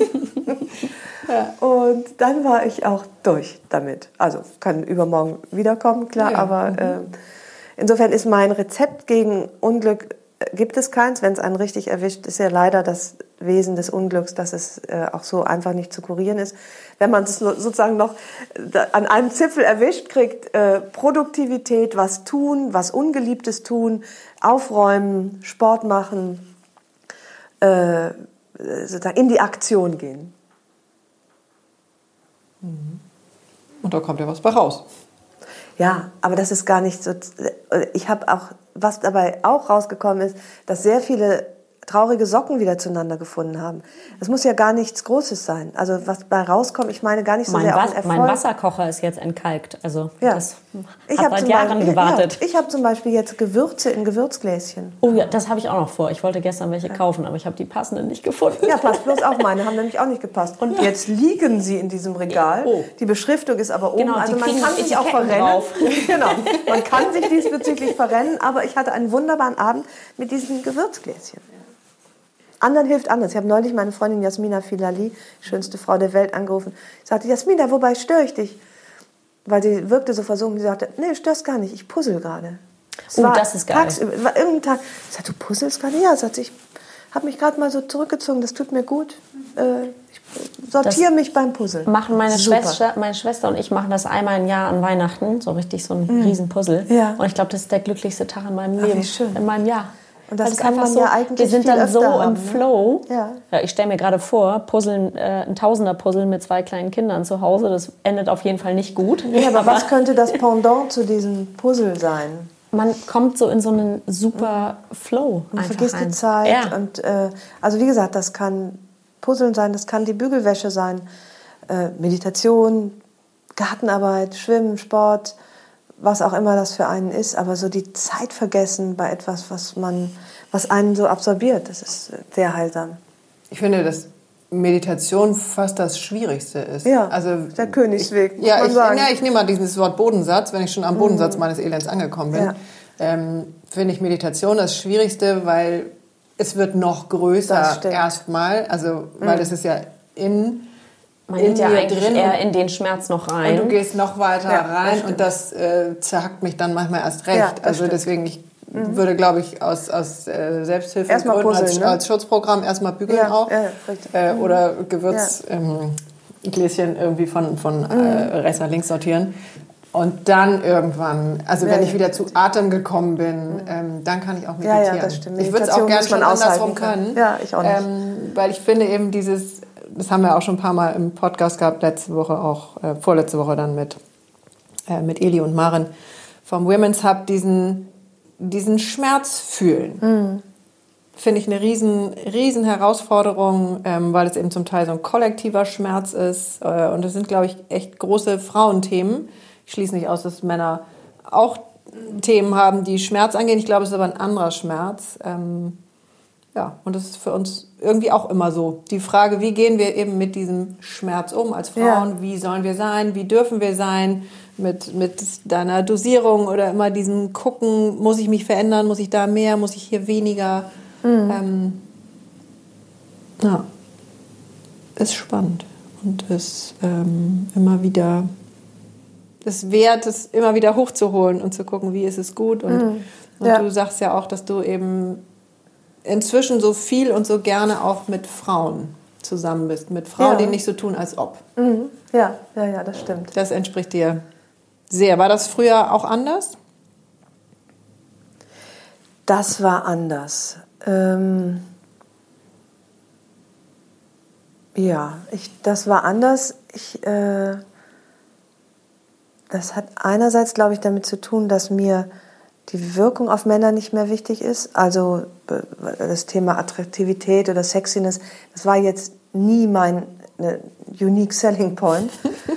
Und dann war ich auch durch damit. Also kann übermorgen wiederkommen, klar, aber insofern ist mein Rezept gegen Unglück, gibt es keins. Wenn es einen richtig erwischt, ist ja leider das Wesen des Unglücks, dass es auch so einfach nicht zu kurieren ist. Wenn man es sozusagen noch an einem Zipfel erwischt kriegt, Produktivität, was tun, was Ungeliebtes tun, aufräumen, Sport machen, sozusagen in die Aktion gehen. Und da kommt ja was bei raus. Ja, aber das ist gar nicht so. Ich habe auch, was dabei auch rausgekommen ist, dass sehr viele traurige Socken wieder zueinander gefunden haben. Das muss ja gar nichts Großes sein. Also was bei rauskommt, ich meine gar nicht so sehr auf den Erfolg. Mein Wasserkocher ist jetzt entkalkt. Also das ich habe seit Jahren gewartet. Ja, ich habe zum Beispiel jetzt Gewürze in Gewürzgläschen. Oh ja, das habe ich auch noch vor. Ich wollte gestern welche kaufen, aber ich habe die passenden nicht gefunden. Ja, passt bloß auf, meine haben nämlich auch nicht gepasst. Und jetzt liegen sie in diesem Regal. Oh. Die Beschriftung ist aber oben. Genau, also man kann sich auch verrennen. Drauf. Genau, man kann sich diesbezüglich verrennen, aber ich hatte einen wunderbaren Abend mit diesen Gewürzgläschen. Anderen hilft anders. Ich habe neulich meine Freundin Jasmina Filali, schönste Frau der Welt, angerufen. Ich sagte, Jasmina, wobei störe ich dich? Weil sie wirkte so versunken. Sie sagte, nee, störst gar nicht, ich puzzle gerade. Das ist geil. Tagsüber, war irgendein Tag. Ich sagte, du puzzelst gerade? Ja, sagte ich habe mich gerade mal so zurückgezogen, das tut mir gut. Ich sortiere mich beim Puzzeln. Machen meine Schwester und ich machen das einmal im Jahr an Weihnachten, so richtig so ein Riesenpuzzle. Ja. Und ich glaube, das ist der glücklichste Tag in meinem Leben, in meinem Jahr. Und das kann man ja eigentlich wir sind dann so haben, im Flow. Ja. Ja, ich stelle mir gerade vor, ein Tausender-Puzzle mit 2 kleinen Kindern zu Hause, das endet auf jeden Fall nicht gut. Ja, aber was könnte das Pendant zu diesem Puzzle sein? Man kommt so in so einen super Flow. Man vergisst die Zeit. Ja. Und, also wie gesagt, das kann Puzzeln sein, das kann die Bügelwäsche sein, Meditation, Gartenarbeit, Schwimmen, Sport, was auch immer das für einen ist, aber so die Zeit vergessen bei etwas, was einen so absorbiert, das ist sehr heilsam. Ich finde, dass Meditation fast das Schwierigste ist. Ja, also der Königsweg, muss man sagen. Ich nehme mal dieses Wort Bodensatz, wenn ich schon am Bodensatz meines Elends angekommen bin. Ja. finde ich Meditation das Schwierigste, weil es wird noch größer erstmal. Also, weil es ist ja man geht ja eigentlich drin eher in den Schmerz noch rein. Und du gehst noch weiter rein und das zerhackt mich dann manchmal erst recht. Ja, also deswegen, ich würde, glaube ich, aus Selbsthilfegründen als Schutzprogramm erstmal bügeln auch. Ja, oder Gewürzgläschen irgendwie von rechts nach links sortieren. Und dann irgendwann, also wenn ich wieder zu Atem gekommen bin, dann kann ich auch meditieren. Ja, das stimmt. Ich würde es auch gerne schon andersrum können. Ja, ich auch nicht. Weil ich finde eben das haben wir auch schon ein paar Mal im Podcast gehabt, letzte Woche auch, vorletzte Woche dann mit Eli und Maren vom Women's Hub, diesen Schmerz fühlen. Finde ich eine riesen Herausforderung, weil es eben zum Teil so ein kollektiver Schmerz ist. Und das sind, glaube ich, echt große Frauenthemen. Ich schließe nicht aus, dass Männer auch Themen haben, die Schmerz angehen. Ich glaube, es ist aber ein anderer Schmerz. Und das ist für uns irgendwie auch immer so. Die Frage, wie gehen wir eben mit diesem Schmerz um als Frauen? Ja. Wie sollen wir sein? Wie dürfen wir sein? Mit deiner Dosierung oder immer diesem Gucken, muss ich mich verändern? Muss ich da mehr? Muss ich hier weniger? Ist spannend. Und ist immer wieder es wert, es immer wieder hochzuholen und zu gucken, wie ist es gut. Und du sagst ja auch, dass du eben inzwischen so viel und so gerne auch mit Frauen zusammen bist. Mit Frauen, die nicht so tun, als ob. Ja, das stimmt. Das entspricht dir sehr. War das früher auch anders? Das war anders. Das war anders. Das hat einerseits, glaube ich, damit zu tun, dass mir die Wirkung auf Männer nicht mehr wichtig ist. Also das Thema Attraktivität oder Sexiness, das war jetzt nie mein unique selling point.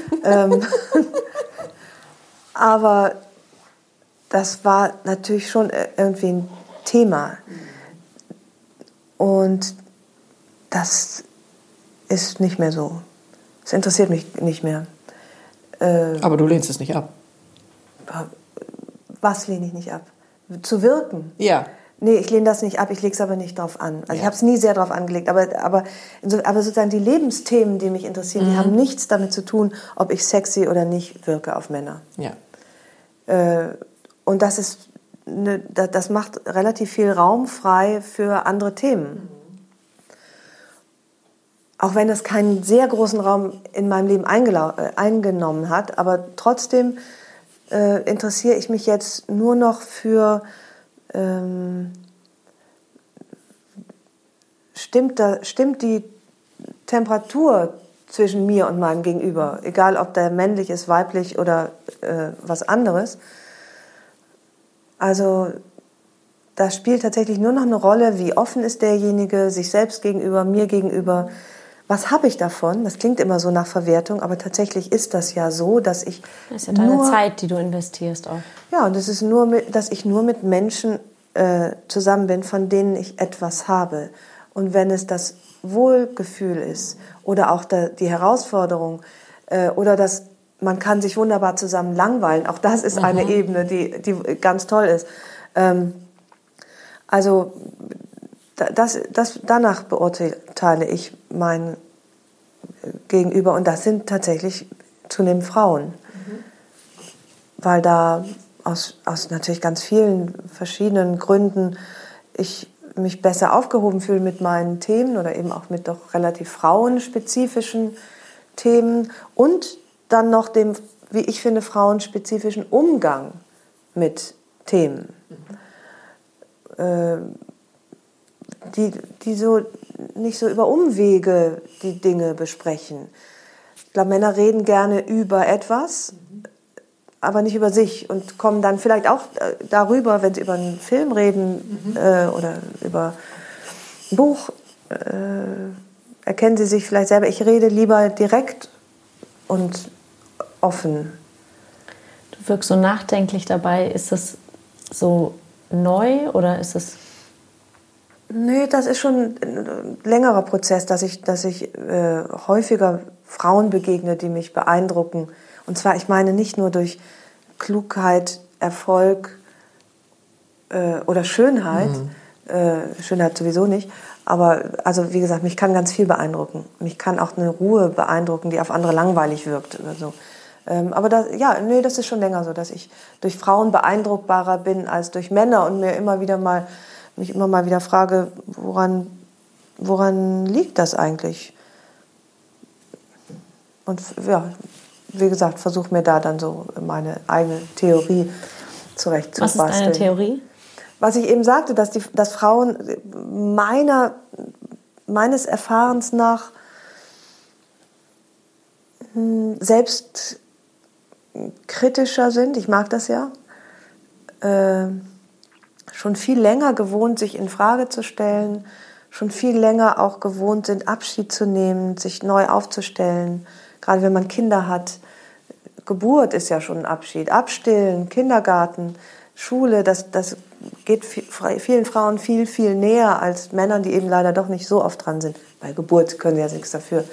Aber das war natürlich schon irgendwie ein Thema. Und das ist nicht mehr so. Das interessiert mich nicht mehr. Aber du lehnst es nicht ab. Was lehne ich nicht ab? Zu wirken? Ja. Nee, ich lehne das nicht ab, ich lege es aber nicht drauf an. Also ich habe es nie sehr drauf angelegt, aber sozusagen die Lebensthemen, die mich interessieren, die haben nichts damit zu tun, ob ich sexy oder nicht wirke auf Männer. Ja. Und das macht relativ viel Raum frei für andere Themen. Auch wenn das keinen sehr großen Raum in meinem Leben eingenommen hat, aber trotzdem interessiere ich mich jetzt nur noch für stimmt die Temperatur zwischen mir und meinem Gegenüber, egal ob der männlich ist, weiblich oder was anderes. Also da spielt tatsächlich nur noch eine Rolle, wie offen ist derjenige, sich selbst gegenüber, mir gegenüber. Was habe ich davon? Das klingt immer so nach Verwertung, aber tatsächlich ist das ja so, dass ich das ist ja deine Zeit, die du investierst auch. Ja, und es ist dass ich nur mit Menschen zusammen bin, von denen ich etwas habe. Und wenn es das Wohlgefühl ist oder auch die Herausforderung oder dass man kann sich wunderbar zusammen langweilen, auch das ist eine Ebene, die ganz toll ist. Also danach beurteile ich mein Gegenüber und das sind tatsächlich zunehmend Frauen, weil da aus natürlich ganz vielen verschiedenen Gründen ich mich besser aufgehoben fühle mit meinen Themen oder eben auch mit doch relativ frauenspezifischen Themen und dann noch dem, wie ich finde, frauenspezifischen Umgang mit Themen. Die so nicht so über Umwege die Dinge besprechen. Ich glaube, Männer reden gerne über etwas, aber nicht über sich und kommen dann vielleicht auch darüber, wenn sie über einen Film reden oder über ein Buch, erkennen sie sich vielleicht selber. Ich rede lieber direkt und offen. Du wirkst so nachdenklich dabei. Ist das so neu oder ist es... Nee, das ist schon ein längerer Prozess, dass ich häufiger Frauen begegne, die mich beeindrucken. Und zwar, ich meine nicht nur durch Klugheit, Erfolg oder Schönheit. Schönheit sowieso nicht. Aber also wie gesagt, mich kann ganz viel beeindrucken. Mich kann auch eine Ruhe beeindrucken, die auf andere langweilig wirkt oder so. Aber das ist schon länger so, dass ich durch Frauen beeindruckbarer bin als durch Männer und mich immer mal wieder frage, woran liegt das eigentlich? Und ja, wie gesagt, versuche mir da dann so meine eigene Theorie zurechtzubasteln. Was ist deine Theorie? Was ich eben sagte, dass Frauen meines Erfahrens nach selbst kritischer sind, ich mag das ja, schon viel länger gewohnt, sich in Frage zu stellen, schon viel länger auch gewohnt sind, Abschied zu nehmen, sich neu aufzustellen, gerade wenn man Kinder hat. Geburt ist ja schon ein Abschied, Abstillen, Kindergarten, Schule, das geht vielen Frauen viel, viel näher als Männern, die eben leider doch nicht so oft dran sind. Bei Geburt können sie ja nichts dafür.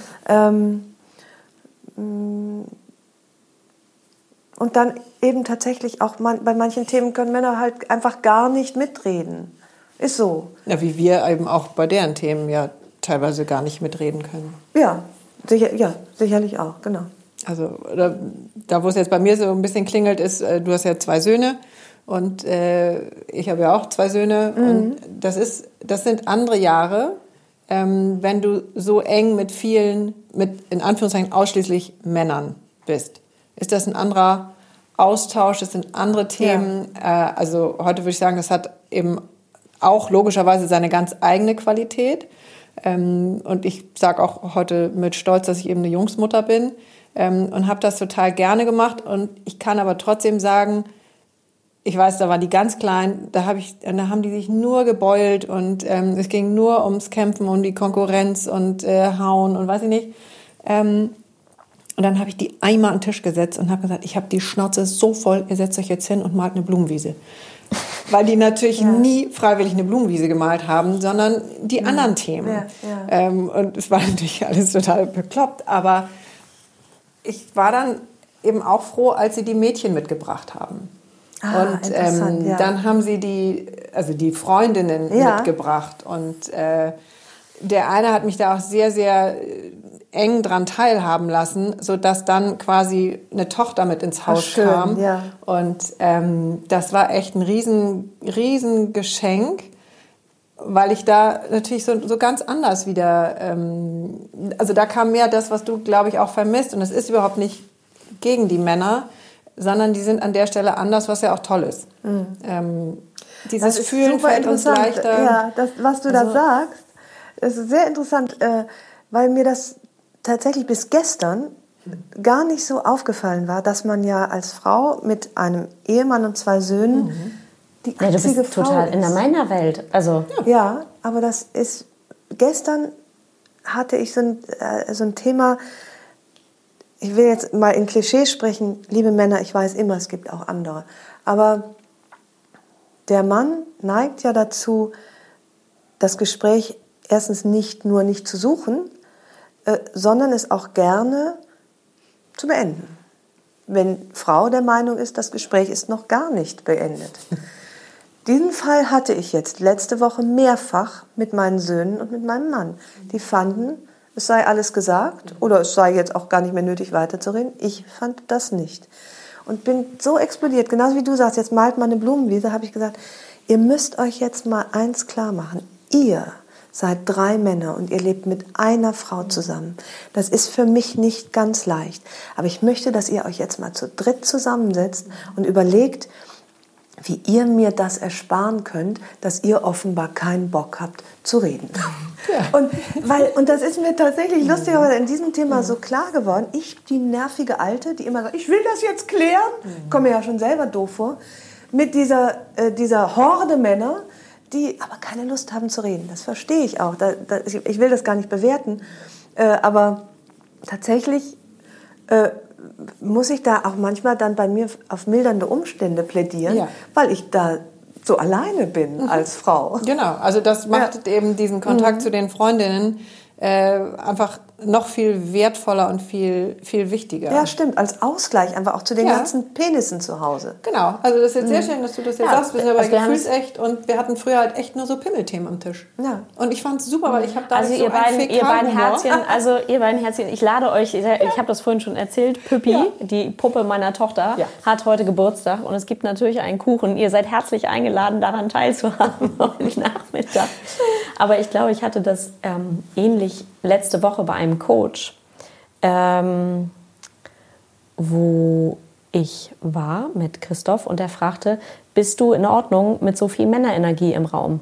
Und dann eben tatsächlich auch bei manchen Themen können Männer halt einfach gar nicht mitreden. Ist so. Ja, wie wir eben auch bei deren Themen ja teilweise gar nicht mitreden können. Ja, sicherlich auch, genau. Also da, wo es jetzt bei mir so ein bisschen klingelt, ist, du hast ja 2 Söhne und ich habe ja auch 2 Söhne. Und das sind andere Jahre, wenn du so eng mit vielen, in Anführungszeichen ausschließlich Männern bist. Ist das ein anderer Austausch, das sind andere Themen. Ja. Also heute würde ich sagen, das hat eben auch logischerweise seine ganz eigene Qualität. Und ich sage auch heute mit Stolz, dass ich eben eine Jungsmutter bin und habe das total gerne gemacht. Und ich kann aber trotzdem sagen, ich weiß, da waren die ganz klein, da haben die sich nur gebeult und es ging nur ums Kämpfen, um die Konkurrenz und Hauen und weiß ich nicht. Und dann habe ich die einmal an den Tisch gesetzt und habe gesagt, ich habe die Schnauze so voll, ihr setzt euch jetzt hin und malt eine Blumenwiese. Weil die natürlich nie freiwillig eine Blumenwiese gemalt haben, sondern die anderen Themen. Ja. Und es war natürlich alles total bekloppt, aber ich war dann eben auch froh, als sie die Mädchen mitgebracht haben. Und dann haben sie die Freundinnen mitgebracht. Und der eine hat mich da auch sehr, sehr eng dran teilhaben lassen, sodass dann quasi eine Tochter mit ins Haus kam. Ja. Und das war echt ein riesen Geschenk, weil ich da natürlich so ganz anders wieder, also da kam mehr das, was du, glaube ich, auch vermisst. Und es ist überhaupt nicht gegen die Männer, sondern die sind an der Stelle anders, was ja auch toll ist. Dieses Fühlen fällt uns leichter. Ja, was du da sagst, das ist sehr interessant, weil mir das tatsächlich bis gestern gar nicht so aufgefallen war, dass man ja als Frau mit einem Ehemann und 2 Söhnen die einzige du bist Frau total ist. in der Männerwelt. Also. Ja, aber das ist, gestern hatte ich so ein Thema, ich will jetzt mal in Klischees sprechen, liebe Männer, ich weiß immer, es gibt auch andere, aber der Mann neigt ja dazu, das Gespräch erstens nicht zu suchen, sondern es auch gerne zu beenden. Wenn Frau der Meinung ist, das Gespräch ist noch gar nicht beendet. Diesen Fall hatte ich jetzt letzte Woche mehrfach mit meinen Söhnen und mit meinem Mann. Die fanden, es sei alles gesagt oder es sei jetzt auch gar nicht mehr nötig weiterzureden. Ich fand das nicht. Und bin so explodiert, genauso wie du sagst, jetzt malt mal eine Blumenwiese, habe ich gesagt, ihr müsst euch jetzt mal eins klar machen. Ihr seid 3 Männer und ihr lebt mit einer Frau zusammen. Das ist für mich nicht ganz leicht. Aber ich möchte, dass ihr euch jetzt mal zu dritt zusammensetzt und überlegt, wie ihr mir das ersparen könnt, dass ihr offenbar keinen Bock habt zu reden. Ja. Und das ist mir tatsächlich lustigerweise in diesem Thema so klar geworden. Ich, die nervige Alte, die immer sagt, ich will das jetzt klären, komme mir ja schon selber doof vor, mit dieser Horde Männer, die aber keine Lust haben zu reden. Das verstehe ich auch. Ich will das gar nicht bewerten. Aber tatsächlich muss ich da auch manchmal dann bei mir auf mildernde Umstände plädieren, weil ich da so alleine bin als Frau. Genau, also das macht eben diesen Kontakt zu den Freundinnen einfach noch viel wertvoller und viel, viel wichtiger. Ja, stimmt. Als Ausgleich einfach auch zu den ganzen Penissen zu Hause. Genau. Also das ist jetzt sehr schön, dass du das jetzt sagst. Wir sind aber also wir gefühlsecht und wir hatten früher halt echt nur so Pimmelthemen am Tisch. Ja. Und ich fand es super, weil ich habe da Also so ihr beiden Herzchen, ich lade euch, ich habe das vorhin schon erzählt, Püppi, die Puppe meiner Tochter, hat heute Geburtstag und es gibt natürlich einen Kuchen. Ihr seid herzlich eingeladen, daran teilzuhaben heute Nachmittag. Aber ich glaube, ich hatte das ähnlich letzte Woche bei einem Coach, wo ich war mit Christoph und der fragte, bist du in Ordnung mit so viel Männerenergie im Raum?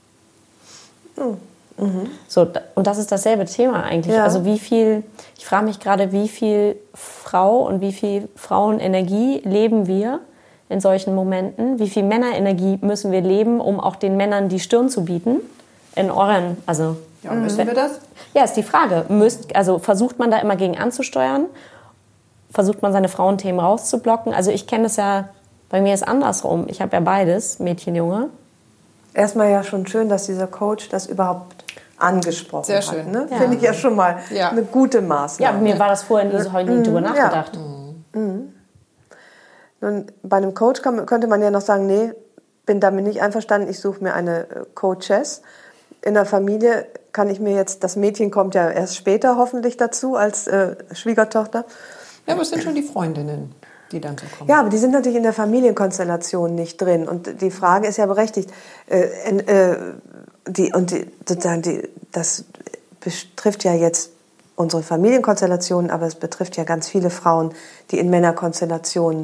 So, und das ist dasselbe Thema eigentlich. Ja. Also ich frage mich gerade, wie viel Frau und wie viel Frauenenergie leben wir in solchen Momenten? Wie viel Männerenergie müssen wir leben, um auch den Männern die Stirn zu bieten? Müssen wir das? Ja, ist die Frage. Versucht man da immer gegen anzusteuern? Versucht man seine Frauenthemen rauszublocken? Also ich kenne es ja, bei mir ist andersrum. Ich habe ja beides, Mädchen, Junge. Erstmal ja schon schön, dass dieser Coach das überhaupt angesprochen Sehr hat. schön. Ne? Finde ich ja schon mal eine gute Maßnahme. Ja, mir war das vorher nie so, habe ich nie drüber nachgedacht. Nun, bei einem Coach könnte man ja noch sagen, nee, bin damit nicht einverstanden, ich suche mir eine Coachess. In der Familie kann ich mir jetzt, das Mädchen kommt ja erst später hoffentlich dazu als Schwiegertochter. Ja, aber es sind schon die Freundinnen, die dann so kommen. Ja, aber die sind natürlich in der Familienkonstellation nicht drin. Und die Frage ist ja berechtigt. Das betrifft ja jetzt unsere Familienkonstellationen, aber es betrifft ja ganz viele Frauen, die in Männerkonstellationen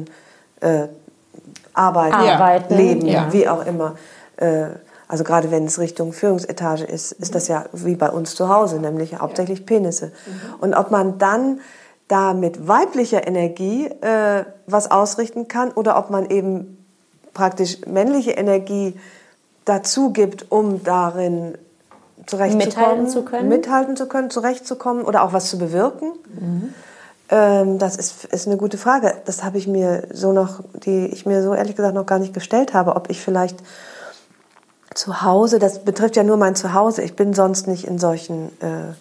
arbeiten, leben, wie auch immer. Also gerade wenn es Richtung Führungsetage ist das ja wie bei uns zu Hause, nämlich hauptsächlich Penisse. Und ob man dann da mit weiblicher Energie was ausrichten kann oder ob man eben praktisch männliche Energie dazu gibt, um darin mithalten zu können, zurechtzukommen oder auch was zu bewirken. Das ist eine gute Frage. Das habe ich mir die ich mir so ehrlich gesagt noch gar nicht gestellt habe, ob ich vielleicht zu Hause, das betrifft ja nur mein Zuhause, ich bin sonst nicht in solchen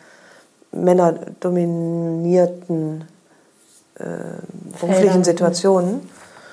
männerdominierten beruflichen Situationen.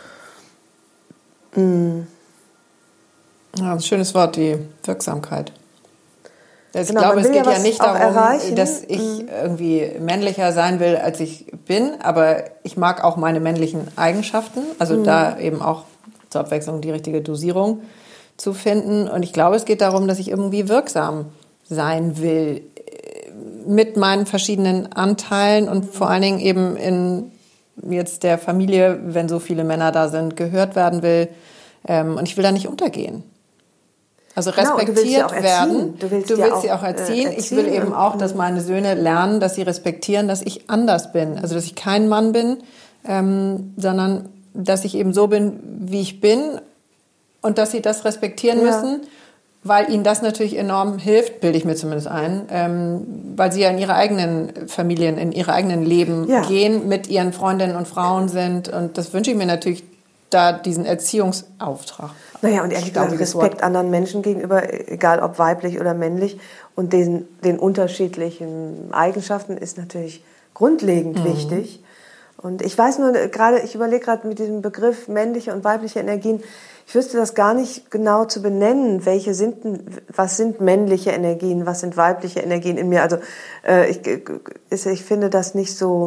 Ja, ein schönes Wort, die Wirksamkeit. Ich Genau, glaube, es geht ja nicht darum, erreichen, dass ich irgendwie männlicher sein will, als ich bin, aber ich mag auch meine männlichen Eigenschaften, also da eben auch zur Abwechslung die richtige Dosierung zu finden. Und ich glaube, es geht darum, dass ich irgendwie wirksam sein will mit meinen verschiedenen Anteilen und vor allen Dingen eben in jetzt der Familie, wenn so viele Männer da sind, gehört werden will. Und ich will da nicht untergehen. Also respektiert werden. Du willst sie auch erziehen. Ich will eben auch, dass meine Söhne lernen, dass sie respektieren, dass ich anders bin. Also dass ich kein Mann bin, sondern dass ich eben so bin, wie ich bin und dass sie das respektieren müssen, weil ihnen das natürlich enorm hilft, bilde ich mir zumindest ein, weil sie ja in ihre eigenen Familien, in ihre eigenen Leben gehen, mit ihren Freundinnen und Frauen sind. Und das wünsche ich mir natürlich, da diesen Erziehungsauftrag. Naja, und ehrlich gesagt, Respekt anderen Menschen gegenüber, egal ob weiblich oder männlich, und den unterschiedlichen Eigenschaften ist natürlich grundlegend wichtig. Und ich weiß nur gerade, ich überlege gerade mit diesem Begriff männliche und weibliche Energien, ich wüsste das gar nicht genau zu benennen, was sind männliche Energien, was sind weibliche Energien in mir. Also ich finde das nicht so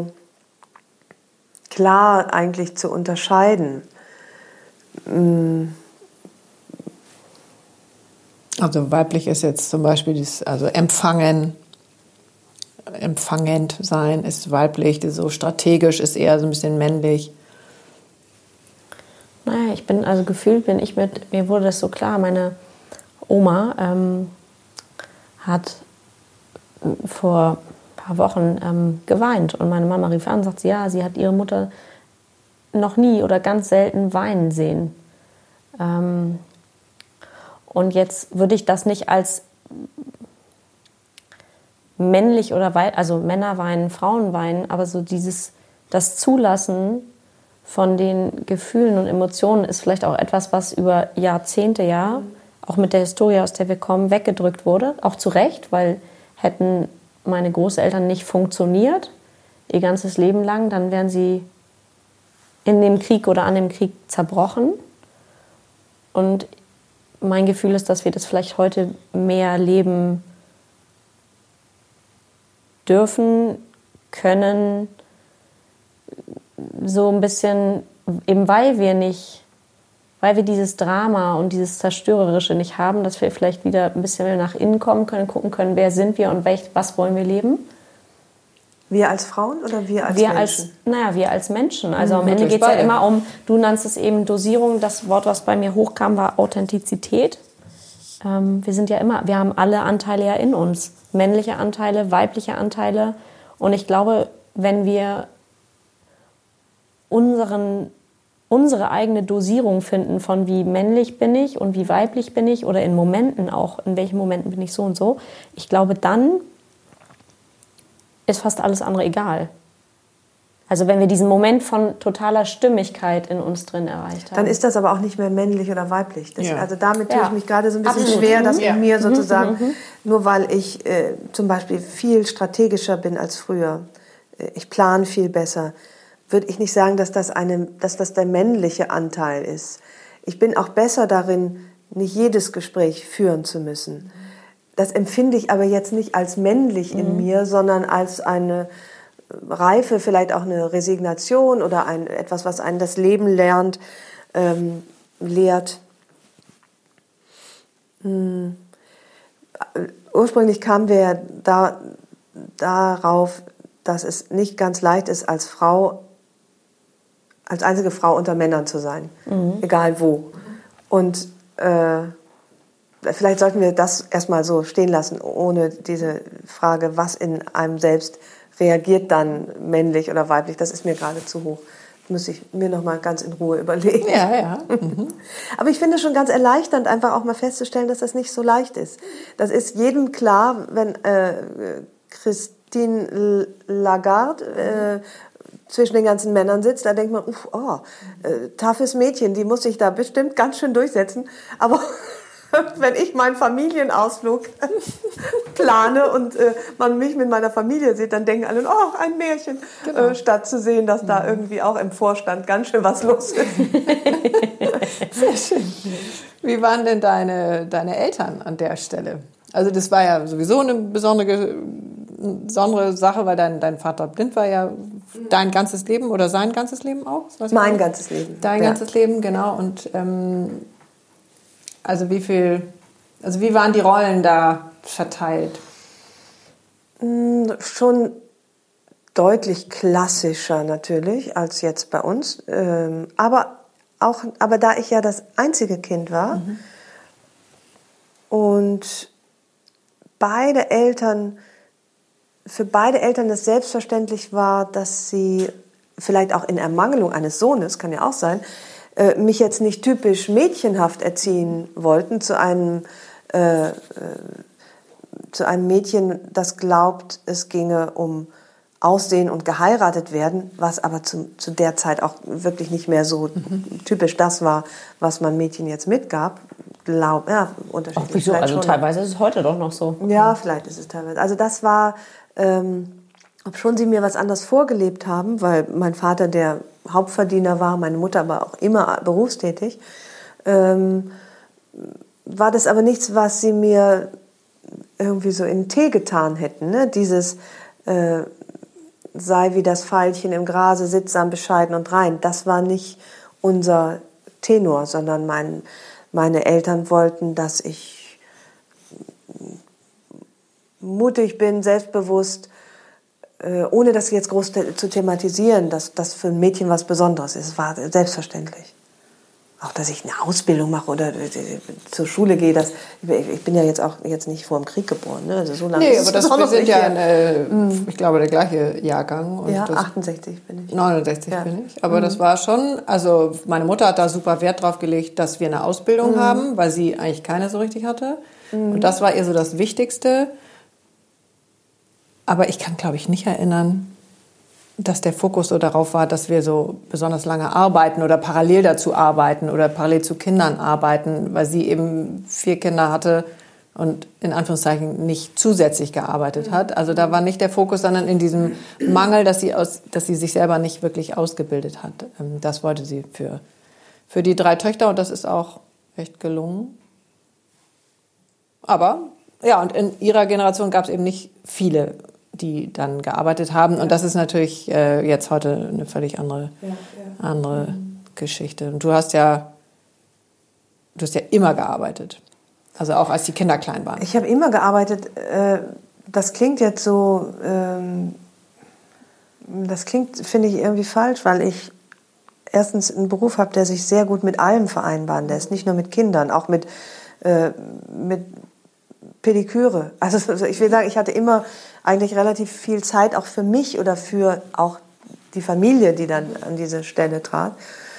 klar eigentlich zu unterscheiden. Also weiblich ist jetzt zum Beispiel empfangend sein ist weiblich, so strategisch ist eher so ein bisschen männlich. Naja, mir wurde das so klar, meine Oma hat vor ein paar Wochen geweint und meine Mama rief an und sagt, ja, sie hat ihre Mutter noch nie oder ganz selten weinen sehen. Und jetzt würde ich das nicht als männlich oder also Männer weinen, Frauen weinen, aber so das Zulassen von den Gefühlen und Emotionen ist vielleicht auch etwas, was über Jahrzehnte auch mit der Historie, aus der wir kommen, weggedrückt wurde. Auch zu Recht, weil hätten meine Großeltern nicht funktioniert, ihr ganzes Leben lang, dann wären sie in dem Krieg oder an dem Krieg zerbrochen. Und mein Gefühl ist, dass wir das vielleicht heute mehr leben dürfen, können, so ein bisschen, eben weil wir dieses Drama und dieses Zerstörerische nicht haben, dass wir vielleicht wieder ein bisschen mehr nach innen kommen können, gucken können, wer sind wir und was wollen wir leben. Wir als Frauen oder wir als Menschen? Wir als Menschen. Also am Ende geht es ja immer um, du nannst es eben Dosierung, das Wort, was bei mir hochkam, war Authentizität. Wir haben alle Anteile ja in uns. Männliche Anteile, weibliche Anteile. Und ich glaube, wenn wir unsere eigene Dosierung finden von wie männlich bin ich und wie weiblich bin ich oder in Momenten auch, in welchen Momenten bin ich so und so, ich glaube, dann ist fast alles andere egal. Also wenn wir diesen Moment von totaler Stimmigkeit in uns drin erreicht haben. Dann ist das aber auch nicht mehr männlich oder weiblich. Also damit tue ich mich gerade so ein bisschen Absolut. schwer, dass in mir sozusagen, nur weil ich zum Beispiel viel strategischer bin als früher, ich plane viel besser, würde ich nicht sagen, dass das der männliche Anteil ist. Ich bin auch besser darin, nicht jedes Gespräch führen zu müssen. Das empfinde ich aber jetzt nicht als männlich in mir, sondern als eine Reife, vielleicht auch eine Resignation oder etwas, was einen das Leben lehrt. Ursprünglich kamen wir darauf, dass es nicht ganz leicht ist, als einzige Frau unter Männern zu sein, egal wo. Und vielleicht sollten wir das erstmal so stehen lassen, ohne diese Frage, was in einem selbst reagiert dann männlich oder weiblich. Das ist mir gerade zu hoch. Das muss ich mir noch mal ganz in Ruhe überlegen. Ja. Aber ich finde es schon ganz erleichternd, einfach auch mal festzustellen, dass das nicht so leicht ist. Das ist jedem klar, wenn Christine Lagarde zwischen den ganzen Männern sitzt, da denkt man, toughes Mädchen, die muss sich da bestimmt ganz schön durchsetzen. Aber wenn ich meinen Familienausflug plane und man mich mit meiner Familie sieht, dann denken alle, ein Märchen, statt zu sehen, dass da irgendwie auch im Vorstand ganz schön was los ist. Sehr schön. Wie waren denn deine Eltern an der Stelle? Also das war ja sowieso eine besondere Sache, weil dein Vater blind war ja dein ganzes Leben oder sein ganzes Leben auch? Mein ganzes Leben. Dein ganzes Leben, genau. Und wie waren die Rollen da verteilt? Schon deutlich klassischer natürlich als jetzt bei uns. Aber da ich ja das einzige Kind war und für beide Eltern es selbstverständlich war, dass sie vielleicht auch in Ermangelung eines Sohnes, kann ja auch sein, mich jetzt nicht typisch mädchenhaft erziehen wollten zu einem Mädchen, das glaubt, es ginge um Aussehen und geheiratet werden, was aber zu der Zeit auch wirklich nicht mehr so typisch das war, was man Mädchen jetzt mitgab. Unterschiedlich. Wieso? Also teilweise ist es heute doch noch so. Ja, vielleicht ist es teilweise. Also das war, obschon sie mir was anderes vorgelebt haben, weil mein Vater der Hauptverdiener war, meine Mutter aber auch immer berufstätig, war das aber nichts, was sie mir irgendwie so in den Tee getan hätten. Ne? Dieses sei wie das Veilchen im Grase, sittsam, bescheiden und rein. Das war nicht unser Tenor, sondern meine Eltern wollten, dass ich mutig bin, selbstbewusst, ohne das jetzt groß zu thematisieren, dass das für ein Mädchen was Besonderes ist. Es war selbstverständlich. Auch, dass ich eine Ausbildung mache oder zur Schule gehe. Ich bin ja jetzt nicht vor dem Krieg geboren. Ne? Also so lange aber wir sind ja, ich glaube, der gleiche Jahrgang. Und ja, 68 bin ich. 69 bin ich. Aber das war schon, also meine Mutter hat da super Wert drauf gelegt, dass wir eine Ausbildung haben, weil sie eigentlich keine so richtig hatte. Und das war ihr so das Wichtigste. Aber ich kann, glaube ich, nicht erinnern, dass der Fokus so darauf war, dass wir so besonders lange arbeiten oder parallel dazu arbeiten oder parallel zu Kindern arbeiten, weil sie eben 4 Kinder hatte und in Anführungszeichen nicht zusätzlich gearbeitet hat. Also da war nicht der Fokus, sondern in diesem Mangel, dass sie sich selber nicht wirklich ausgebildet hat. Das wollte sie für die 3 Töchter und das ist auch echt gelungen. Aber ja, und in ihrer Generation gab es eben nicht viele, die dann gearbeitet haben. Und das ist natürlich jetzt heute eine völlig andere Geschichte. Und du hast ja immer gearbeitet. Also auch als die Kinder klein waren. Ich habe immer gearbeitet. Das klingt jetzt so, das klingt, finde ich, irgendwie falsch, weil ich erstens einen Beruf habe, der sich sehr gut mit allem vereinbaren lässt. Nicht nur mit Kindern, auch mit Pediküre. Also ich will sagen, ich hatte immer eigentlich relativ viel Zeit auch für mich oder für auch die Familie, die dann an diese Stelle trat.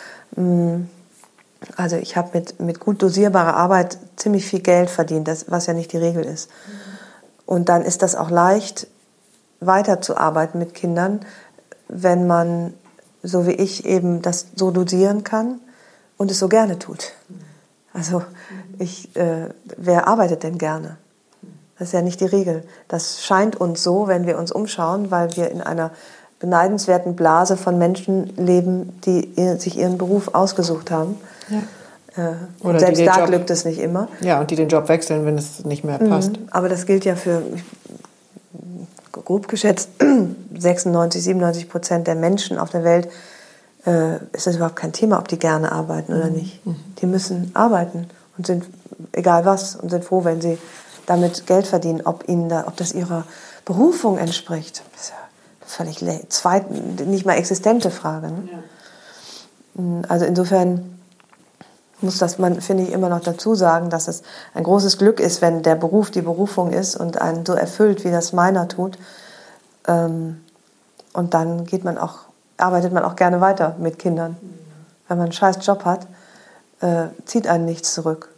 Also ich habe mit gut dosierbarer Arbeit ziemlich viel Geld verdient, was ja nicht die Regel ist. Und dann ist das auch leicht, weiterzuarbeiten mit Kindern, wenn man, so wie ich, eben das so dosieren kann und es so gerne tut. Also wer arbeitet denn gerne? Das ist ja nicht die Regel. Das scheint uns so, wenn wir uns umschauen, weil wir in einer beneidenswerten Blase von Menschen leben, die sich ihren Beruf ausgesucht haben. Ja. Oder selbst da glückt es nicht immer. Ja, und die den Job wechseln, wenn es nicht mehr passt. Aber das gilt ja für, grob geschätzt, 96-97% der Menschen auf der Welt, ist das überhaupt kein Thema, ob die gerne arbeiten oder nicht. Die müssen arbeiten und sind, egal was, und sind froh, wenn sie damit Geld verdienen, ob das ihrer Berufung entspricht. Das ist ja eine völlig nicht mal existente Frage. Ne? Ja. Also insofern muss man, finde ich, immer noch dazu sagen, dass es ein großes Glück ist, wenn der Beruf die Berufung ist und einen so erfüllt, wie das meiner tut. Und dann arbeitet man auch gerne weiter mit Kindern. Wenn man einen scheiß Job hat, zieht einen nichts zurück.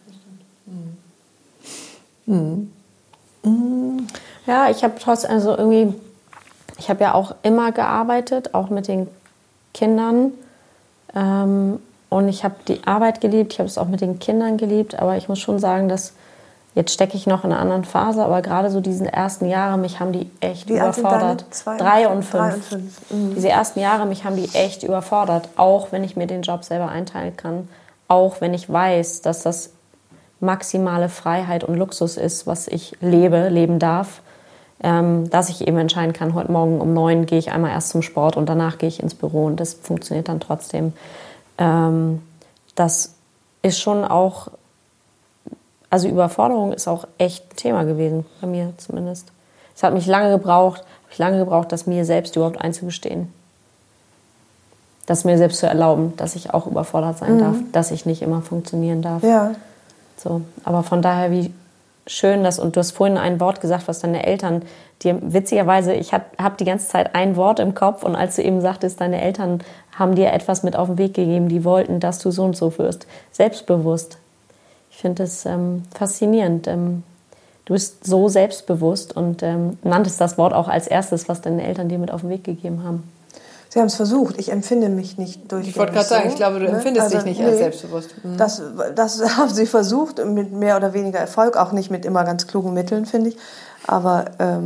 Ja, ich habe ja auch immer gearbeitet, auch mit den Kindern. Und ich habe die Arbeit geliebt, ich habe es auch mit den Kindern geliebt, aber ich muss schon sagen, dass jetzt stecke ich noch in einer anderen Phase, aber gerade so diese ersten Jahre, mich haben die echt überfordert. 3 und 5. Diese ersten Jahre, mich haben die echt überfordert, auch wenn ich mir den Job selber einteilen kann, auch wenn ich weiß, dass das maximale Freiheit und Luxus ist, was ich leben darf, dass ich eben entscheiden kann, heute Morgen um 9 gehe ich einmal erst zum Sport und danach gehe ich ins Büro und das funktioniert dann trotzdem. Das ist schon auch, also Überforderung ist auch echt ein Thema gewesen, bei mir zumindest. Es hat mich lange gebraucht, das mir selbst überhaupt einzugestehen. Das mir selbst zu erlauben, dass ich auch überfordert sein darf, dass ich nicht immer funktionieren darf. Ja. So, aber von daher, wie schön das, und du hast vorhin ein Wort gesagt, was deine Eltern dir, witzigerweise, ich habe die ganze Zeit ein Wort im Kopf und als du eben sagtest, deine Eltern haben dir etwas mit auf den Weg gegeben, die wollten, dass du so und so wirst, selbstbewusst. Ich finde das faszinierend. Du bist so selbstbewusst und nanntest das Wort auch als erstes, was deine Eltern dir mit auf den Weg gegeben haben. Sie haben es versucht. Ich empfinde mich nicht durchgängig. Ich wollte gerade sagen, ich glaube, du empfindest dich nicht als selbstbewusst. Das haben sie versucht, mit mehr oder weniger Erfolg, auch nicht mit immer ganz klugen Mitteln, finde ich. Aber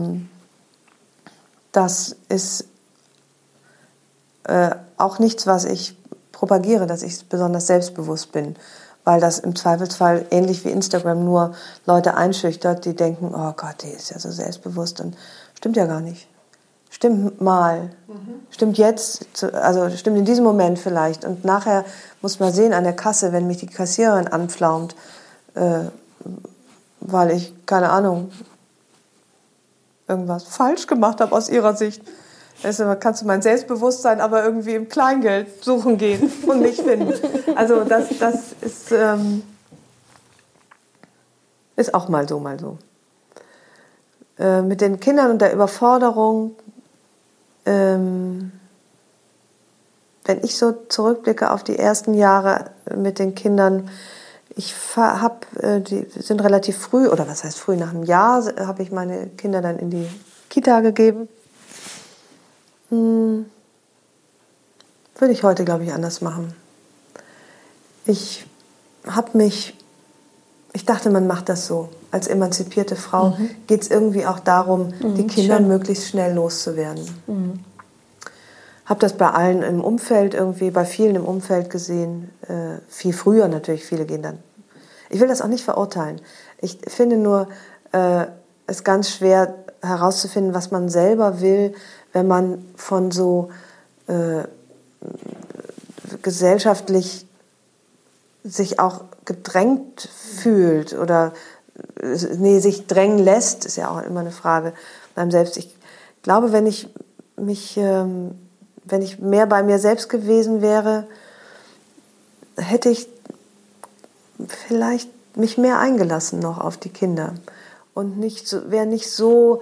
das ist auch nichts, was ich propagiere, dass ich besonders selbstbewusst bin. Weil das im Zweifelsfall ähnlich wie Instagram nur Leute einschüchtert, die denken, oh Gott, die ist ja so selbstbewusst. Und stimmt ja gar nicht. Stimmt mal, stimmt jetzt, also stimmt in diesem Moment vielleicht. Und nachher muss man sehen an der Kasse, wenn mich die Kassiererin anpflaumt, weil ich, keine Ahnung, irgendwas falsch gemacht habe aus ihrer Sicht. Also kannst du mein Selbstbewusstsein aber irgendwie im Kleingeld suchen gehen und nicht finden. Also das ist auch mal so, mal so. Mit den Kindern und der Überforderung, wenn ich so zurückblicke auf die ersten Jahre mit den Kindern, die sind relativ früh, oder was heißt früh, nach einem Jahr habe ich meine Kinder dann in die Kita gegeben. Würde ich heute, glaube ich, anders machen. Ich dachte, man macht das so. als emanzipierte Frau geht es irgendwie auch darum, die Kinder möglichst schnell loszuwerden. Habe das bei allen im Umfeld irgendwie, bei vielen im Umfeld gesehen. Viel früher natürlich, viele gehen dann. Ich will das auch nicht verurteilen. Ich finde nur, es ganz schwer herauszufinden, was man selber will, wenn man von so gesellschaftlich sich auch gedrängt fühlt oder sich drängen lässt, ist ja auch immer eine Frage beim Selbst. Ich glaube, wenn ich mehr bei mir selbst gewesen wäre, hätte ich vielleicht mich mehr eingelassen noch auf die Kinder und wäre nicht so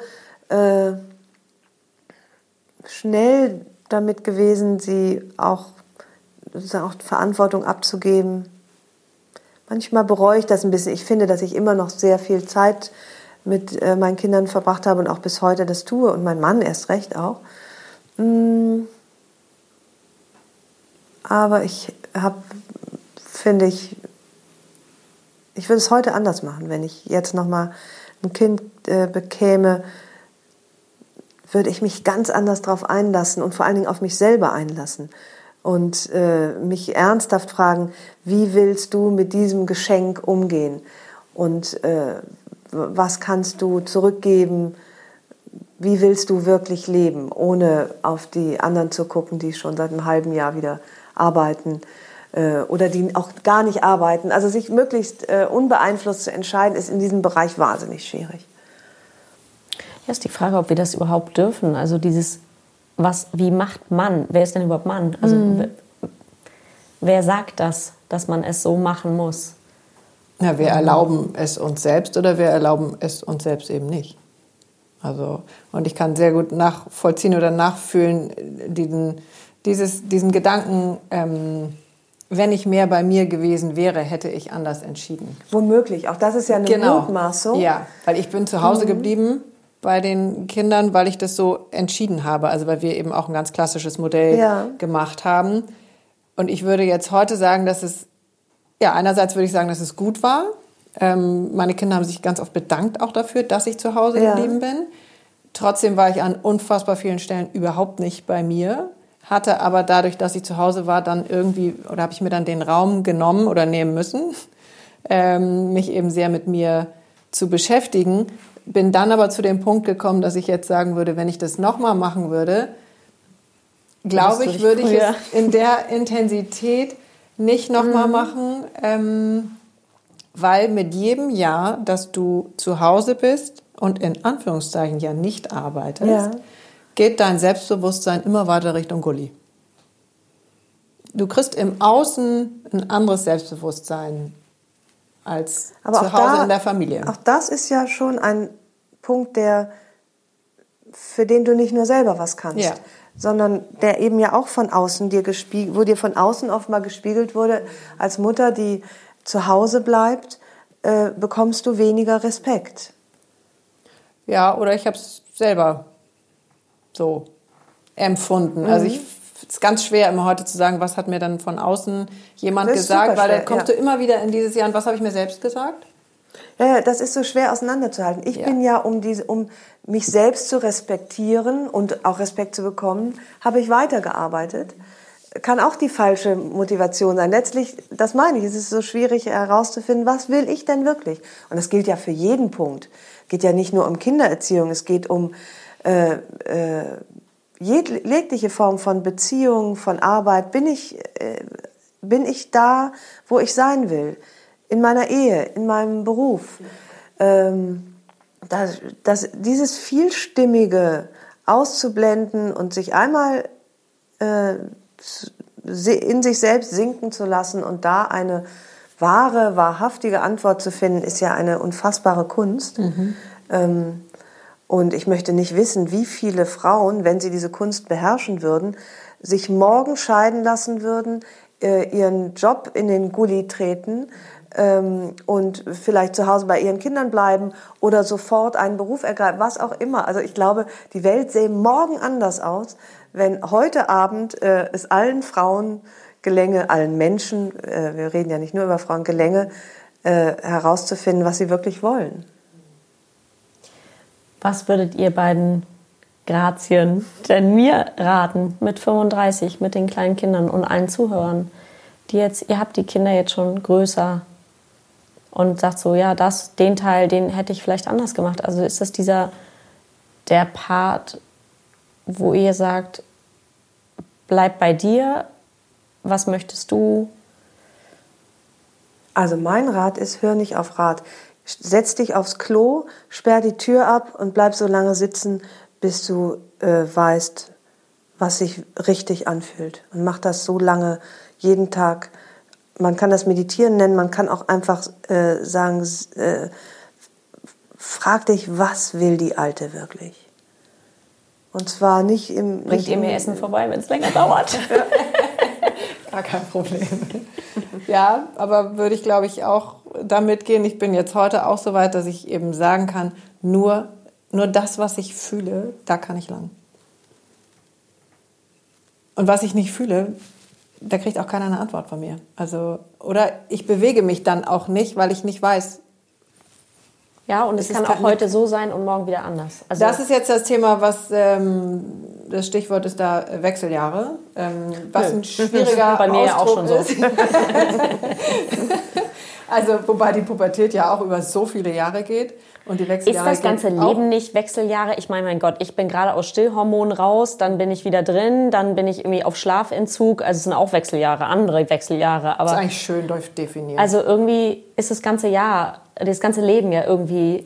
schnell damit gewesen, sie auch Verantwortung abzugeben. Manchmal bereue ich das ein bisschen. Ich finde, dass ich immer noch sehr viel Zeit mit meinen Kindern verbracht habe und auch bis heute das tue und mein Mann erst recht auch. Aber ich würde es heute anders machen. Wenn ich jetzt nochmal ein Kind bekäme, würde ich mich ganz anders darauf einlassen und vor allen Dingen auf mich selber einlassen. Und mich ernsthaft fragen, wie willst du mit diesem Geschenk umgehen? Und was kannst du zurückgeben? Wie willst du wirklich leben, ohne auf die anderen zu gucken, die schon seit einem halben Jahr wieder arbeiten oder die auch gar nicht arbeiten? Also sich möglichst unbeeinflusst zu entscheiden, ist in diesem Bereich wahnsinnig schwierig. Ja, ist die Frage, ob wir das überhaupt dürfen. Also wie macht Mann? Wer ist denn überhaupt Mann? Also wer sagt das, dass man es so machen muss? Ja, wir erlauben es uns selbst oder wir erlauben es uns selbst eben nicht. Also, und ich kann sehr gut nachvollziehen oder nachfühlen, diesen Gedanken, wenn ich mehr bei mir gewesen wäre, hätte ich anders entschieden. Womöglich, auch das ist ja eine Mutmaßung. Ja, weil ich bin zu Hause geblieben bei den Kindern, weil ich das so entschieden habe. Also weil wir eben auch ein ganz klassisches Modell gemacht haben. Und ich würde jetzt heute sagen, einerseits würde ich sagen, dass es gut war. Meine Kinder haben sich ganz oft bedankt auch dafür, dass ich zu Hause geblieben bin. Trotzdem war ich an unfassbar vielen Stellen überhaupt nicht bei mir. Hatte aber dadurch, dass ich zu Hause war, dann irgendwie, oder habe ich mir dann den Raum genommen oder nehmen müssen, mich eben sehr mit mir zu beschäftigen. Bin dann aber zu dem Punkt gekommen, dass ich jetzt sagen würde, wenn ich das nochmal machen würde, glaube ich, würde ich es in der Intensität nicht nochmal machen, weil mit jedem Jahr, dass du zu Hause bist und in Anführungszeichen ja nicht arbeitest, geht dein Selbstbewusstsein immer weiter Richtung Gully. Du kriegst im Außen ein anderes Selbstbewusstsein als zu Hause in der Familie. Auch das ist ja schon ein Punkt, für den du nicht nur selber was kannst, sondern der eben ja auch von außen wo dir von außen oft mal gespiegelt wurde, als Mutter, die zu Hause bleibt, bekommst du weniger Respekt. Ja, oder ich habe es selber so empfunden. Also es ist ganz schwer immer heute zu sagen, was hat mir dann von außen jemand gesagt, weil da kommst du immer wieder in dieses Jahr, und was habe ich mir selbst gesagt? Ja, das ist so schwer auseinanderzuhalten. Ich bin ja, um mich selbst zu respektieren und auch Respekt zu bekommen, habe ich weitergearbeitet. Kann auch die falsche Motivation sein. Letztlich, das meine ich, es ist so schwierig herauszufinden, was will ich denn wirklich? Und das gilt ja für jeden Punkt. Es geht ja nicht nur um Kindererziehung, es geht um jegliche Form von Beziehung, von Arbeit. Bin ich da, wo ich sein will? In meiner Ehe, in meinem Beruf. Dieses Vielstimmige auszublenden und sich einmal in sich selbst sinken zu lassen und da eine wahrhaftige Antwort zu finden, ist ja eine unfassbare Kunst. Und ich möchte nicht wissen, wie viele Frauen, wenn sie diese Kunst beherrschen würden, sich morgen scheiden lassen würden, ihren Job in den Gully treten und vielleicht zu Hause bei ihren Kindern bleiben oder sofort einen Beruf ergreifen, was auch immer. Also ich glaube, die Welt sähe morgen anders aus, wenn heute Abend es allen Frauen gelänge, allen Menschen, wir reden ja nicht nur über Frauen, gelänge, herauszufinden, was sie wirklich wollen. Was würdet ihr beiden Grazien denn mir raten mit 35, mit den kleinen Kindern und allen Zuhörern, die jetzt, ihr habt die Kinder jetzt schon größer und sagt so, ja, den Teil, den hätte ich vielleicht anders gemacht. Also ist das der Part, wo ihr sagt, bleib bei dir, was möchtest du? Also mein Rat ist, hör nicht auf Rat. Setz dich aufs Klo, sperr die Tür ab und bleib so lange sitzen, bis du weißt, was sich richtig anfühlt. Und mach das so lange, jeden Tag. Man kann das Meditieren nennen, man kann auch einfach sagen, frag dich, was will die Alte wirklich? Und zwar nicht im... Bringt ihr mir Essen vorbei, wenn es länger dauert? Gar kein Problem. Ja, aber würde ich, glaube ich, auch damit gehen. Ich bin jetzt heute auch so weit, dass ich eben sagen kann, nur das, was ich fühle, da kann ich lang. Und was ich nicht fühle, da kriegt auch keiner eine Antwort von mir. Also, oder ich bewege mich dann auch nicht, weil ich nicht weiß. Ja, und es kann auch heute so sein und morgen wieder anders. Also das ist jetzt das Thema, was das Stichwort ist da Wechseljahre. Was ein schwieriger bei mir ja auch schon ist. so. Also, wobei die Pubertät ja auch über so viele Jahre geht. Und die Wechseljahre ist das ganze Leben nicht Wechseljahre? Ich meine, mein Gott, ich bin gerade aus Stillhormonen raus, dann bin ich wieder drin, dann bin ich irgendwie auf Schlafentzug. Also es sind auch Wechseljahre, andere Wechseljahre. Aber das ist eigentlich schön definiert. also irgendwie ist das ganze Jahr, das ganze Leben ja irgendwie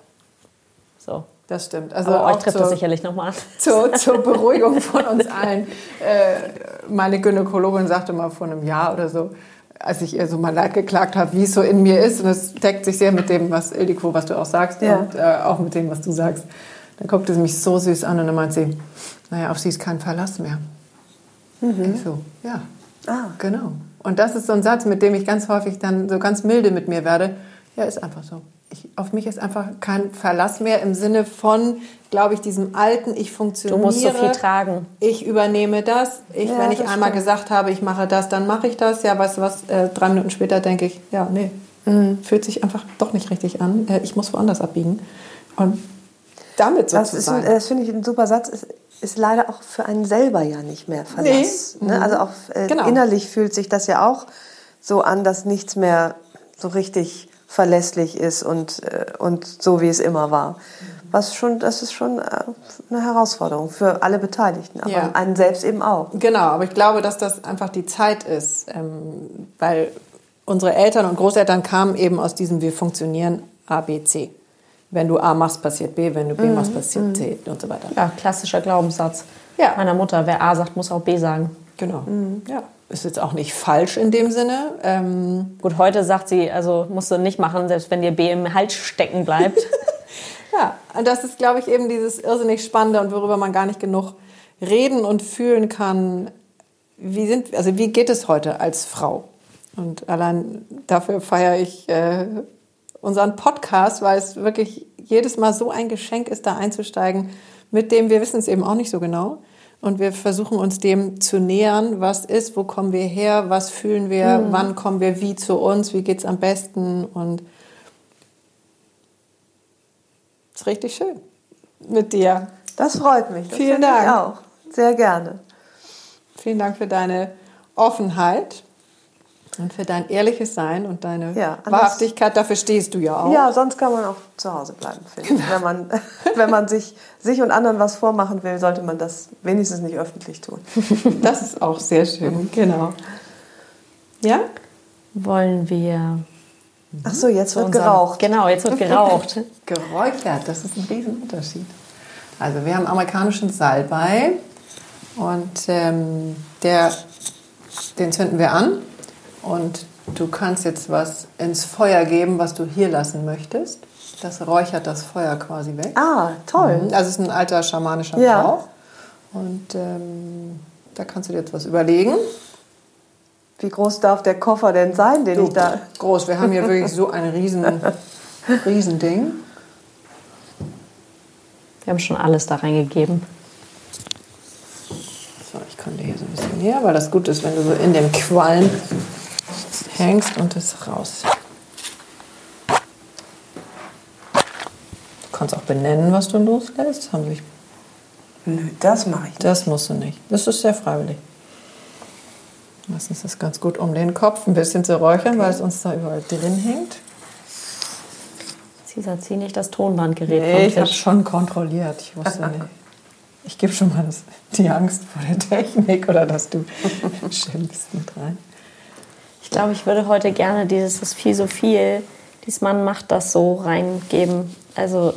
so. Das stimmt. Also aber auch euch trifft das sicherlich nochmal an. Zur Beruhigung von uns allen. Meine Gynäkologin sagte mal vor einem Jahr oder so, als ich ihr so mal leid geklagt habe, wie es so in mir ist. Und es deckt sich sehr mit dem, was Ildiko, was du auch sagst, und auch mit dem, was du sagst. Dann guckte sie mich so süß an und dann meint sie, naja, auf sie ist kein Verlass mehr. Ich so, ja, genau. Und das ist so ein Satz, mit dem ich ganz häufig dann so ganz milde mit mir werde. Ja, ist einfach so. Auf mich ist einfach kein Verlass mehr im Sinne von, glaube ich, diesem alten, ich funktioniere. Du musst so viel tragen. Ich übernehme das. Wenn ich einmal gesagt habe, ich mache das, dann mache ich das. Ja, weißt du was, 3 Minuten später denke ich, ja, nee, fühlt sich einfach doch nicht richtig an. Ich muss woanders abbiegen. Und damit so zu sein. Das finde ich ein super Satz. Ist leider auch für einen selber ja nicht mehr Verlass. Nee. Ne? Also auch innerlich fühlt sich das ja auch so an, dass nichts mehr so richtig verlässlich ist und so, wie es immer war. Das ist schon eine Herausforderung für alle Beteiligten, aber einen selbst eben auch. Genau, aber ich glaube, dass das einfach die Zeit ist, weil unsere Eltern und Großeltern kamen eben aus diesem wir funktionieren A, B, C. Wenn du A machst, passiert B, wenn du B machst, passiert C und so weiter. Ja, klassischer Glaubenssatz meiner Mutter. Wer A sagt, muss auch B sagen. Genau, ja. Ist jetzt auch nicht falsch in dem Sinne. Gut, heute sagt sie, also musst du nicht machen, selbst wenn dir B im Hals stecken bleibt. Ja, und das ist, glaube ich, eben dieses irrsinnig Spannende und worüber man gar nicht genug reden und fühlen kann. Wie geht es heute als Frau? Und allein dafür feiere ich unseren Podcast, weil es wirklich jedes Mal so ein Geschenk ist, da einzusteigen, mit dem wir wissen es eben auch nicht so genau. Und wir versuchen uns dem zu nähern, was ist, wo kommen wir her, was fühlen wir, wann kommen wir wie zu uns, wie geht's am besten. Und es ist richtig schön mit dir. Das freut mich. Das Vielen Dank. Ich auch. Sehr gerne. Vielen Dank für deine Offenheit und für dein ehrliches Sein und deine Wahrhaftigkeit. Dafür stehst du ja auch. Ja, sonst kann man auch zu Hause bleiben, finde ich. Wenn man sich und anderen was vormachen will, sollte man das wenigstens nicht öffentlich tun. Das ist auch sehr schön, genau. Ja? Wollen wir... Ach so, jetzt wird geraucht. Genau, jetzt wird geraucht. Geräuchert, das ist ein Riesenunterschied. Also wir haben amerikanischen Salbei und den zünden wir an. Und du kannst jetzt was ins Feuer geben, was du hier lassen möchtest. Das räuchert das Feuer quasi weg. Ah, toll. Also es ist ein alter schamanischer Brauch. Und da kannst du dir jetzt was überlegen. Wie groß darf der Koffer denn sein, den ich da... Groß, wir haben hier wirklich so ein Riesending. Wir haben schon alles da reingegeben. So, ich komme dir hier so ein bisschen näher, weil das gut ist, wenn du so in dem Qualm hängst und es raus. Du kannst auch benennen, was du loslässt. Haben sich Nö, das mache ich nicht. Das musst du nicht. Das ist sehr freiwillig. Lass uns das ganz gut um den Kopf ein bisschen zu räuchern, weil es uns da überall drin hängt. Cesar, zieh nicht das Tonbandgerät Nee, vom ich habe Tisch. schon kontrolliert. Ich wusste nicht. Ich gebe schon mal die Angst vor der Technik oder dass du schimpfst mit rein. Ich glaube, ich würde heute gerne dieses ist viel so viel, dieses Mann macht das so reingeben. Also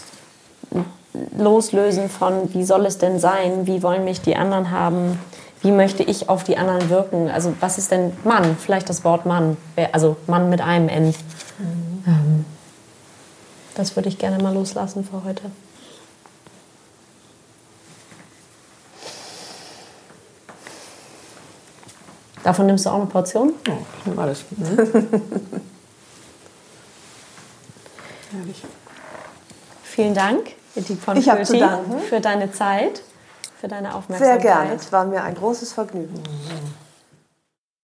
loslösen von, wie soll es denn sein, wie wollen mich die anderen haben, wie möchte ich auf die anderen wirken. Also was ist denn Mann? Vielleicht das Wort Mann, also Mann mit einem N. Das würde ich gerne mal loslassen für heute. Davon nimmst du auch eine Portion? Oh, ich nehme alles. Herrlich. Vielen Dank, Edith von Ich habe zu Föti, danken. für deine Zeit, für deine Sehr Aufmerksamkeit. gerne. Es war mir ein großes Vergnügen.